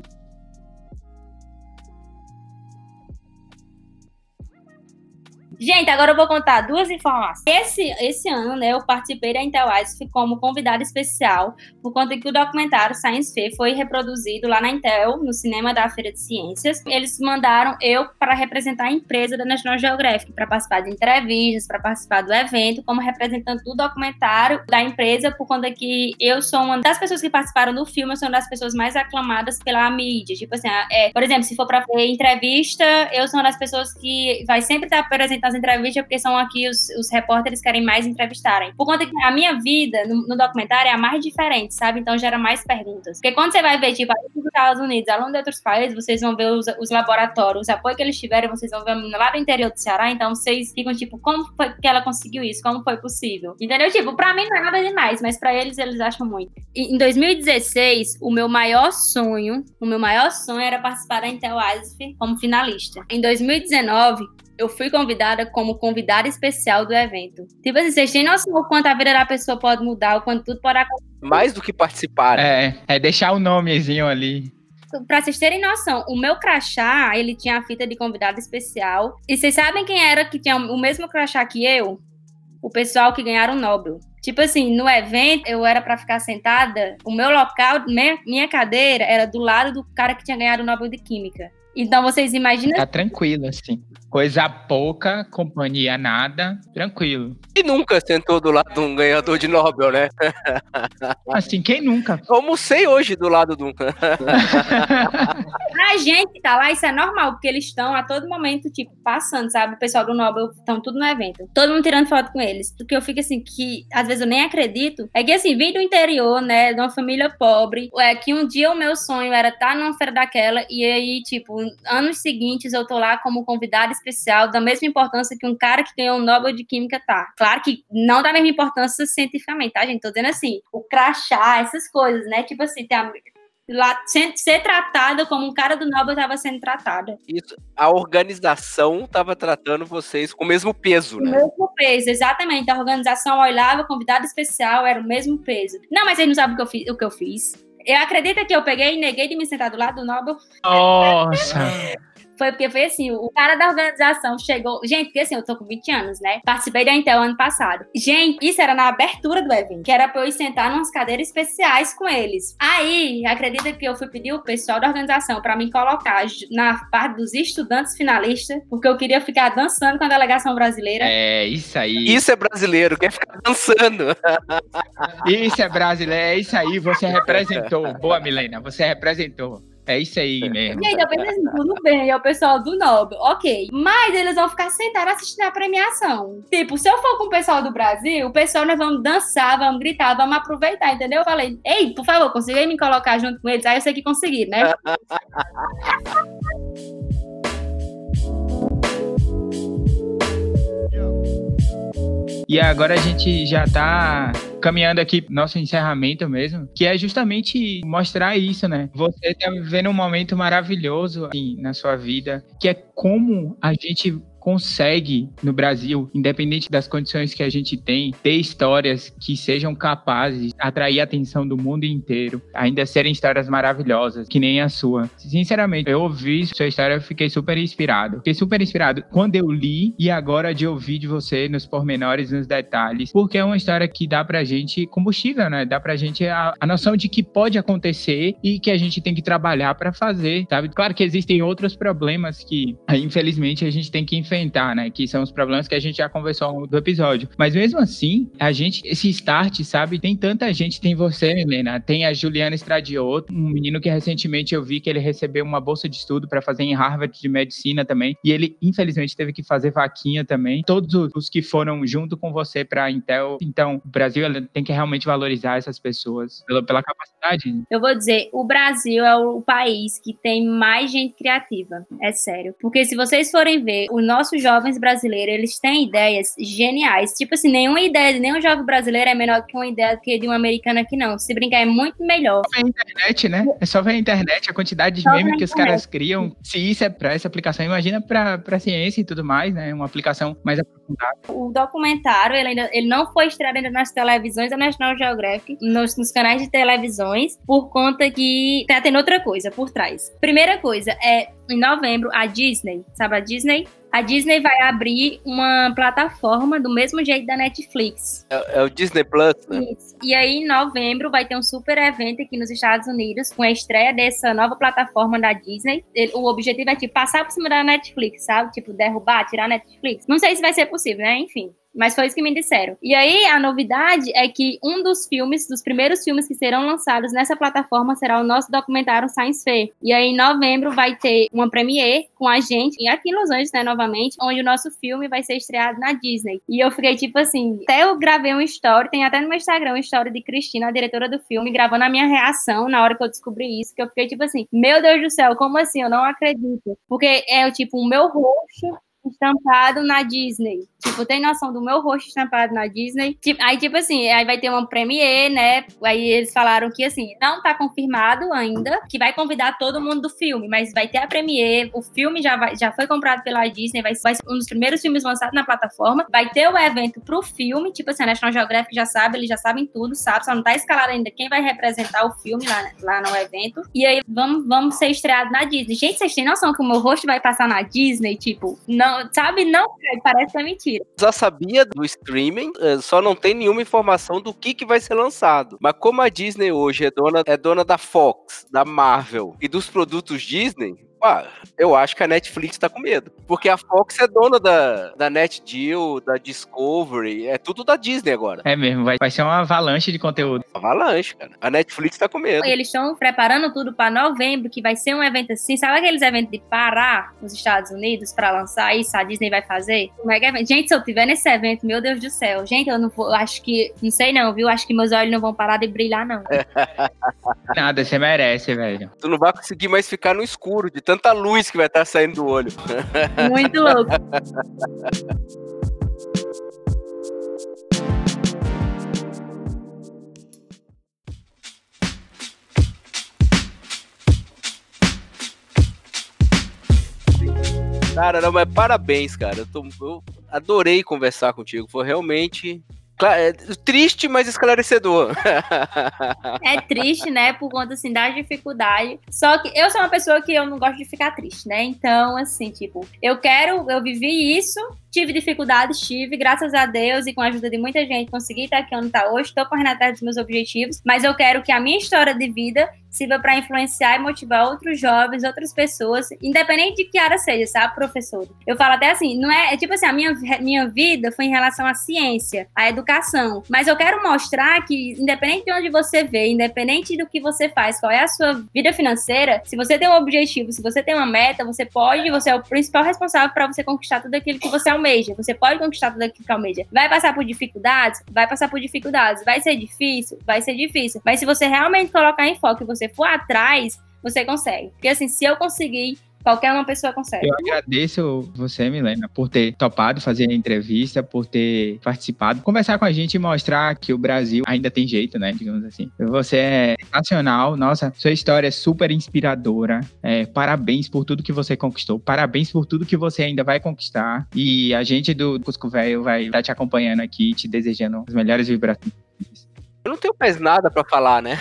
Gente, agora eu vou contar duas informações. Esse, esse ano, né, eu participei da Intel Ice como convidada especial, por conta que o documentário Science Fair foi reproduzido lá na Intel, no cinema da Feira de Ciências. Eles mandaram eu para representar a empresa da National Geographic, para participar de entrevistas, para participar do evento, como representante do documentário da empresa, por conta que eu sou uma das pessoas que participaram do filme, eu sou uma das pessoas mais aclamadas pela mídia. Tipo assim, é, por exemplo, se for para ver entrevista, eu sou uma das pessoas que vai sempre estar apresentando as entrevistas, porque são aqui os, os repórteres querem mais entrevistarem. Por conta que a minha vida no, no documentário é a mais diferente, sabe? Então gera mais perguntas. Porque quando você vai ver, tipo, alunos dos Estados Unidos, alunos de outros países, vocês vão ver os, os laboratórios, o apoio que eles tiveram, vocês vão ver lá do interior do Ceará, então vocês ficam tipo, como foi que ela conseguiu isso? Como foi possível? Entendeu? Tipo, pra mim não é nada demais, mas pra eles, eles acham muito. E, em dois mil e dezesseis, o meu maior sonho, o meu maior sonho era participar da Intel Ice como finalista. Em dois mil e dezenove, eu fui convidada como convidada especial do evento. Tipo assim, vocês têm noção do quanto a vida da pessoa pode mudar, o quanto tudo pode acontecer. Mais do que participar. É, é deixar o nomezinho ali. Pra vocês terem noção, o meu crachá, ele tinha a fita de convidado especial. E vocês sabem quem era que tinha o mesmo crachá que eu? O pessoal que ganharam o Nobel. Tipo assim, no evento, eu era pra ficar sentada, o meu local, minha, minha cadeira era do lado do cara que tinha ganhado o Nobel de Química. Então, vocês imaginam... Tá tranquilo, assim. Coisa pouca, companhia nada, tranquilo. E nunca sentou do lado de um ganhador de Nobel, né? Assim, quem nunca? Eu almocei hoje do lado de um. A gente que tá lá, isso é normal, porque eles estão a todo momento, tipo, passando, sabe? O pessoal do Nobel estão tudo no evento. Todo mundo tirando foto com eles. O que eu fico assim, que às vezes eu nem acredito, é que assim, vim do interior, né, de uma família pobre, é que um dia o meu sonho era estar numa feira daquela, e aí, tipo, anos seguintes eu tô lá como convidada especial, da mesma importância que um cara que ganhou o Nobel de Química tá. Claro que não da mesma importância cientificamente, tá, gente? Tô dizendo assim, o crachá, essas coisas, né? Tipo assim, tem a... lá, ser tratada como um cara do Nobel estava sendo tratada. Isso, a organização estava tratando vocês com o mesmo peso, né? O mesmo peso, exatamente. A organização olhava, convidado especial, era o mesmo peso. Não, mas eles não sabem o que eu fiz. O que eu fiz. Eu acredito que eu peguei e neguei de me sentar do lado do Nobel. Nossa! Foi porque foi assim, o cara da organização chegou... Gente, porque assim, eu tô com vinte anos, né? Participei da Intel ano passado. Gente, isso era na abertura do evento, que era pra eu ir sentar nas cadeiras especiais com eles. Aí, acredita que eu fui pedir o pessoal da organização pra me colocar na parte dos estudantes finalistas, porque eu queria ficar dançando com a delegação brasileira. É, isso aí. Isso é brasileiro, quer ficar dançando. Isso é brasileiro, é isso aí, você representou. Boa, Milena, você representou. É isso aí mesmo. E aí, eu pensei assim, tudo bem, é o pessoal do Nobel, ok. Mas eles vão ficar sentados assistindo a premiação. Tipo, se eu for com o pessoal do Brasil, o pessoal, nós vamos dançar, vamos gritar, vamos aproveitar, entendeu? Eu falei, ei, por favor, consegui me colocar junto com eles? Aí eu sei que consegui, né? E agora a gente já tá caminhando aqui pro nosso encerramento mesmo, que é justamente mostrar isso, né? Você tá vivendo um momento maravilhoso assim, na sua vida, que é como a gente consegue, no Brasil, independente das condições que a gente tem, ter histórias que sejam capazes de atrair a atenção do mundo inteiro, ainda serem histórias maravilhosas, que nem a sua. Sinceramente, eu ouvi sua história, eu fiquei super inspirado. Fiquei super inspirado quando eu li e agora de ouvir de você nos pormenores, nos detalhes, porque é uma história que dá pra gente combustível, né? Dá pra gente a, a noção de que pode acontecer e que a gente tem que trabalhar pra fazer, sabe? Claro que existem outros problemas que, infelizmente, a gente tem que enfrentar, né? Que são os problemas que a gente já conversou ao longo do episódio. Mas mesmo assim, a gente, esse start, sabe? Tem tanta gente, tem você, Helena, tem a Juliana Stradiotto, um menino que recentemente eu vi que ele recebeu uma bolsa de estudo para fazer em Harvard de medicina também, e ele, infelizmente, teve que fazer vaquinha também. Todos os que foram junto com você para a Intel. Então, o Brasil tem que realmente valorizar essas pessoas pela, pela capacidade. Eu vou dizer, o Brasil é o país que tem mais gente criativa. É sério. Porque se vocês forem ver, o nosso nossos jovens brasileiros, eles têm ideias geniais. Tipo assim, nenhuma ideia de nenhum jovem brasileiro é menor que uma ideia que de um americano aqui, não. Se brincar, é muito melhor. É só ver a internet, né? É só ver a internet, a quantidade de memes que os caras criam. Se isso é pra essa aplicação, imagina pra, pra ciência e tudo mais, né? Uma aplicação mais aprofundada. O documentário, ele, ainda, ele não foi estreado ainda nas televisões da National Geographic, nos, nos canais de televisões, por conta que tá tendo outra coisa por trás. Primeira coisa, é em novembro, a Disney, sabe a Disney? A Disney vai abrir uma plataforma do mesmo jeito da Netflix. É, é o Disney Plus, né? Isso. E aí, em novembro, vai ter um super evento aqui nos Estados Unidos com a estreia dessa nova plataforma da Disney. O objetivo é, tipo, passar por cima da Netflix, sabe? Tipo, derrubar, tirar a Netflix. Não sei se vai ser possível, né? Enfim. Mas foi isso que me disseram. E aí, a novidade é que um dos filmes, dos primeiros filmes que serão lançados nessa plataforma será o nosso documentário Science Fair. E aí, em novembro, vai ter uma premiere com a gente, e aqui em Los Angeles, né, novamente, onde o nosso filme vai ser estreado na Disney. E eu fiquei, tipo assim, até eu gravei um story, tem até no meu Instagram uma story de Cristina, a diretora do filme, gravando a minha reação na hora que eu descobri isso, que eu fiquei, tipo assim, meu Deus do céu, como assim? Eu não acredito. Porque é, tipo, o meu rosto estampado na Disney. Tipo, tem noção do meu rosto estampado na Disney? Tipo, aí, tipo assim, aí vai ter uma premiere, né? Aí eles falaram que, assim, não tá confirmado ainda, que vai convidar todo mundo do filme, mas vai ter a premiere, o filme já, vai, já foi comprado pela Disney, vai, vai ser um dos primeiros filmes lançados na plataforma, vai ter o evento pro filme, tipo assim, a National Geographic já sabe, eles já sabem tudo, sabe? Só não tá escalado ainda quem vai representar o filme lá, lá no evento. E aí, vamos, vamos ser estreados na Disney. Gente, vocês têm noção que o meu rosto vai passar na Disney? Tipo, não, sabe? Não, parece que é mentira. Já sabia do streaming, só não tem nenhuma informação do que, que vai ser lançado. Mas como a Disney hoje é dona, é dona da Fox, da Marvel e dos produtos Disney, ah, eu acho que a Netflix tá com medo. Porque a Fox é dona da, da NetGeo, da Discovery, é tudo da Disney agora. É mesmo, vai, vai ser uma avalanche de conteúdo. Avalanche, cara. A Netflix tá com medo. Eles estão preparando tudo para novembro, que vai ser um evento assim, sabe aqueles eventos de parar nos Estados Unidos para lançar isso? A Disney vai fazer? Um mega evento. Gente, se eu tiver nesse evento, meu Deus do céu, gente, eu não vou, acho que, não sei não, viu? Acho que meus olhos não vão parar de brilhar, não. Nada, você merece, velho. Tu não vai conseguir mais ficar no escuro de tanta luz que vai estar saindo do olho. Muito louco. Cara, não, mas parabéns, cara. Eu, tô, eu adorei conversar contigo. Foi realmente... É triste, mas esclarecedor. É triste, né, por conta, assim, da dificuldade. Só que eu sou uma pessoa que eu não gosto de ficar triste, né? Então, assim, tipo, eu quero, eu vivi isso, tive dificuldades, tive, graças a Deus e com a ajuda de muita gente, consegui estar aqui onde tá hoje, tô correndo atrás dos meus objetivos, mas eu quero que a minha história de vida sirva para influenciar e motivar outros jovens, outras pessoas, independente de que área seja, sabe, professor? Eu falo até assim, não é, é tipo assim, a minha, minha vida foi em relação à ciência, à educação, mas eu quero mostrar que, independente de onde você vê, independente do que você faz, qual é a sua vida financeira, se você tem um objetivo, se você tem uma meta, você pode, você é o principal responsável para você conquistar tudo aquilo que você almeja, você pode conquistar tudo aquilo que almeja. Vai passar por dificuldades? Vai passar por dificuldades. Vai ser difícil? Vai ser difícil. Mas se você realmente colocar em foco e você for atrás, você consegue. Porque assim, se eu conseguir, qualquer uma pessoa consegue. Eu agradeço você, Milena, por ter topado fazer a entrevista, por ter participado, conversar com a gente e mostrar que o Brasil ainda tem jeito, né, digamos assim. Você é sensacional, nossa, sua história é super inspiradora, é, parabéns por tudo que você conquistou, parabéns por tudo que você ainda vai conquistar, e a gente do Cusco Velho vai estar te acompanhando aqui, te desejando as melhores vibrações. Eu não tenho mais nada pra falar, né?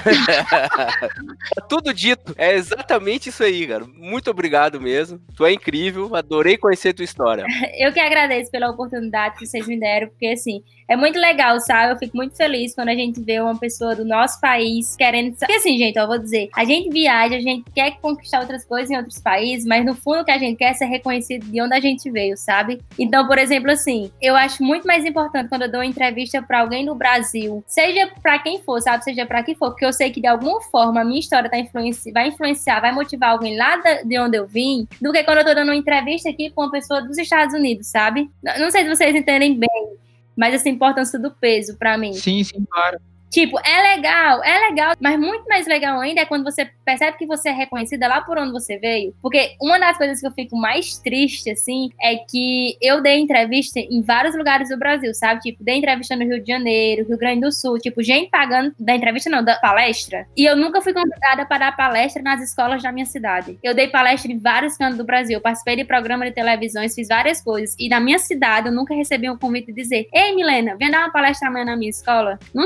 Tá tudo dito. É exatamente isso aí, cara. Muito obrigado mesmo. Tu é incrível. Adorei conhecer tua história. Eu que agradeço pela oportunidade que vocês me deram, porque, assim, é muito legal, sabe? Eu fico muito feliz quando a gente vê uma pessoa do nosso país querendo... Porque, assim, gente, eu vou dizer, a gente viaja, a gente quer conquistar outras coisas em outros países, mas, no fundo, o que a gente quer é ser reconhecido de onde a gente veio, sabe? Então, por exemplo, assim, eu acho muito mais importante quando eu dou uma entrevista pra alguém do Brasil, seja pra quem for, sabe? Seja pra quem for, porque eu sei que de alguma forma a minha história tá influenci... vai influenciar, vai motivar alguém lá de onde eu vim, do que quando eu tô dando uma entrevista aqui com uma pessoa dos Estados Unidos, sabe? Não sei se vocês entendem bem, mas essa importância do peso pra mim. Sim, sim, claro. Tipo, é legal, é legal, mas muito mais legal ainda é quando você percebe que você é reconhecida lá por onde você veio. Porque uma das coisas que eu fico mais triste, assim, é que eu dei entrevista em vários lugares do Brasil, sabe? Tipo, dei entrevista no Rio de Janeiro, Rio Grande do Sul, tipo, gente pagando da entrevista, não, da palestra. E eu nunca fui convidada para dar palestra nas escolas da minha cidade. Eu dei palestra em vários cantos do Brasil, participei de programa de televisões, fiz várias coisas. E na minha cidade, eu nunca recebi um convite de dizer: ei, Milena, vem dar uma palestra amanhã na minha escola. Não sei se eles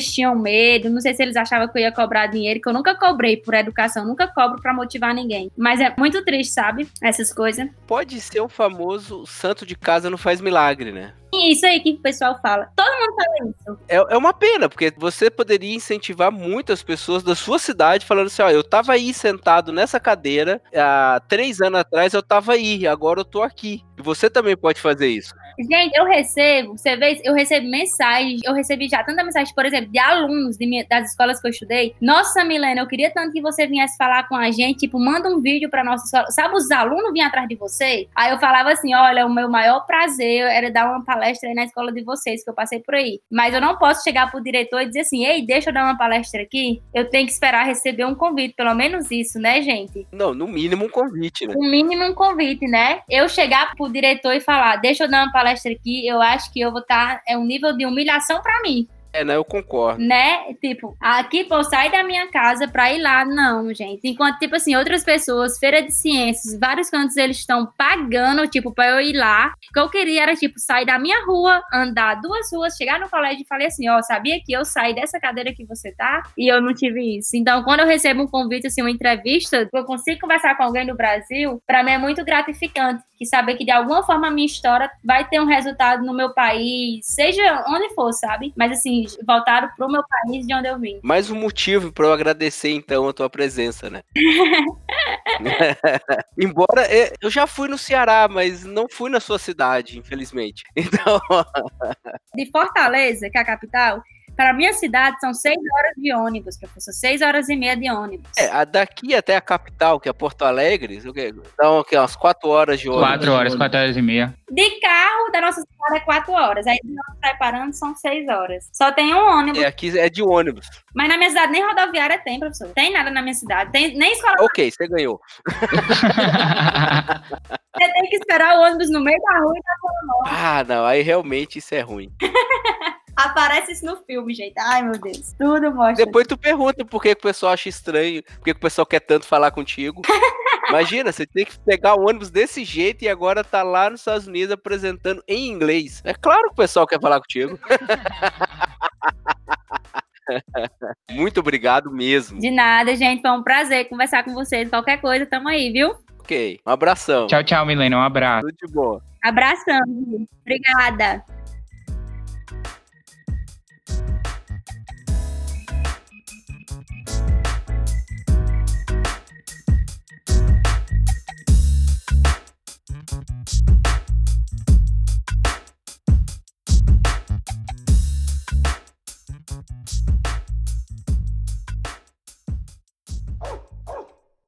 eles tinham medo, não sei se eles achavam que eu ia cobrar dinheiro, que eu nunca cobrei por educação, nunca cobro pra motivar ninguém. Mas é muito triste, sabe? Essas coisas. Pode ser o famoso santo de casa não faz milagre, né? E isso aí que o pessoal fala. Todo mundo fala isso. É, é uma pena, porque você poderia incentivar muitas pessoas da sua cidade falando assim, ó, eu tava aí sentado nessa cadeira, há três anos atrás eu tava aí, agora eu tô aqui. E você também pode fazer isso. Gente, eu recebo, você vê, eu recebo mensagens, eu recebi já tanta mensagem, por exemplo, de alunos de minha, das escolas que eu estudei. Nossa, Milena, eu queria tanto que você viesse falar com a gente, tipo, manda um vídeo pra nossa escola. Sabe, os alunos vinham atrás de você? Aí eu falava assim, olha, o meu maior prazer era dar uma palestra aí na escola de vocês, que eu passei por aí. Mas eu não posso chegar pro diretor e dizer assim, ei, deixa eu dar uma palestra aqui. Eu tenho que esperar receber um convite, pelo menos isso, né, gente? Não, no mínimo um convite, né? No mínimo um convite, né? Eu chegar pro diretor e falar, deixa eu dar uma palestra aqui, eu acho que eu vou estar, é um nível de humilhação pra mim. É, né? Eu concordo. Né? Tipo, aqui, pô, sai da minha casa pra ir lá. Não, gente. Enquanto, tipo assim, outras pessoas, feira de ciências, vários cantos, eles estão pagando, tipo, pra eu ir lá. O que eu queria era, tipo, sair da minha rua, andar duas ruas, chegar no colégio e falei assim, ó, sabia que eu saí dessa cadeira que você tá? E eu não tive isso. Então, quando eu recebo um convite, assim, uma entrevista, eu consigo conversar com alguém do Brasil, pra mim é muito gratificante. Que saber que, de alguma forma, a minha história vai ter um resultado no meu país, seja onde for, sabe? Mas, assim, voltaram pro meu país de onde eu vim. Mais um motivo para eu agradecer, então, a tua presença, né? Embora eu já fui no Ceará, mas não fui na sua cidade, infelizmente. Então... De Fortaleza, que é a capital, para a minha cidade são seis horas de ônibus, professor. Seis horas e meia de ônibus. É, daqui até a capital, que é Porto Alegre, então, aqui, umas quatro horas de ônibus. Quatro horas, quatro horas e meia. De carro, da nossa cidade é quatro horas. Aí, de onde sai parando, são seis horas. Só tem um ônibus. É, aqui é de ônibus. Mas na minha cidade nem rodoviária tem, professor. Tem nada na minha cidade. Tem, nem escola. Ok, você ganhou. Você tem que esperar o ônibus no meio da rua e da rua. Ah, não, aí realmente isso é ruim. Aparece isso no filme, gente. Ai, meu Deus. Tudo mostra. Depois tu pergunta por que, que o pessoal acha estranho, por que, que o pessoal quer tanto falar contigo. Imagina, você tem que pegar o ônibus desse jeito e agora tá lá nos Estados Unidos apresentando em inglês. É claro que o pessoal quer falar contigo. Muito obrigado mesmo. De nada, gente. Foi um prazer conversar com vocês. Qualquer coisa, tamo aí, viu? Ok, um abração. Tchau, tchau, Milena. Um abraço. Tudo de boa. Abração. Obrigada.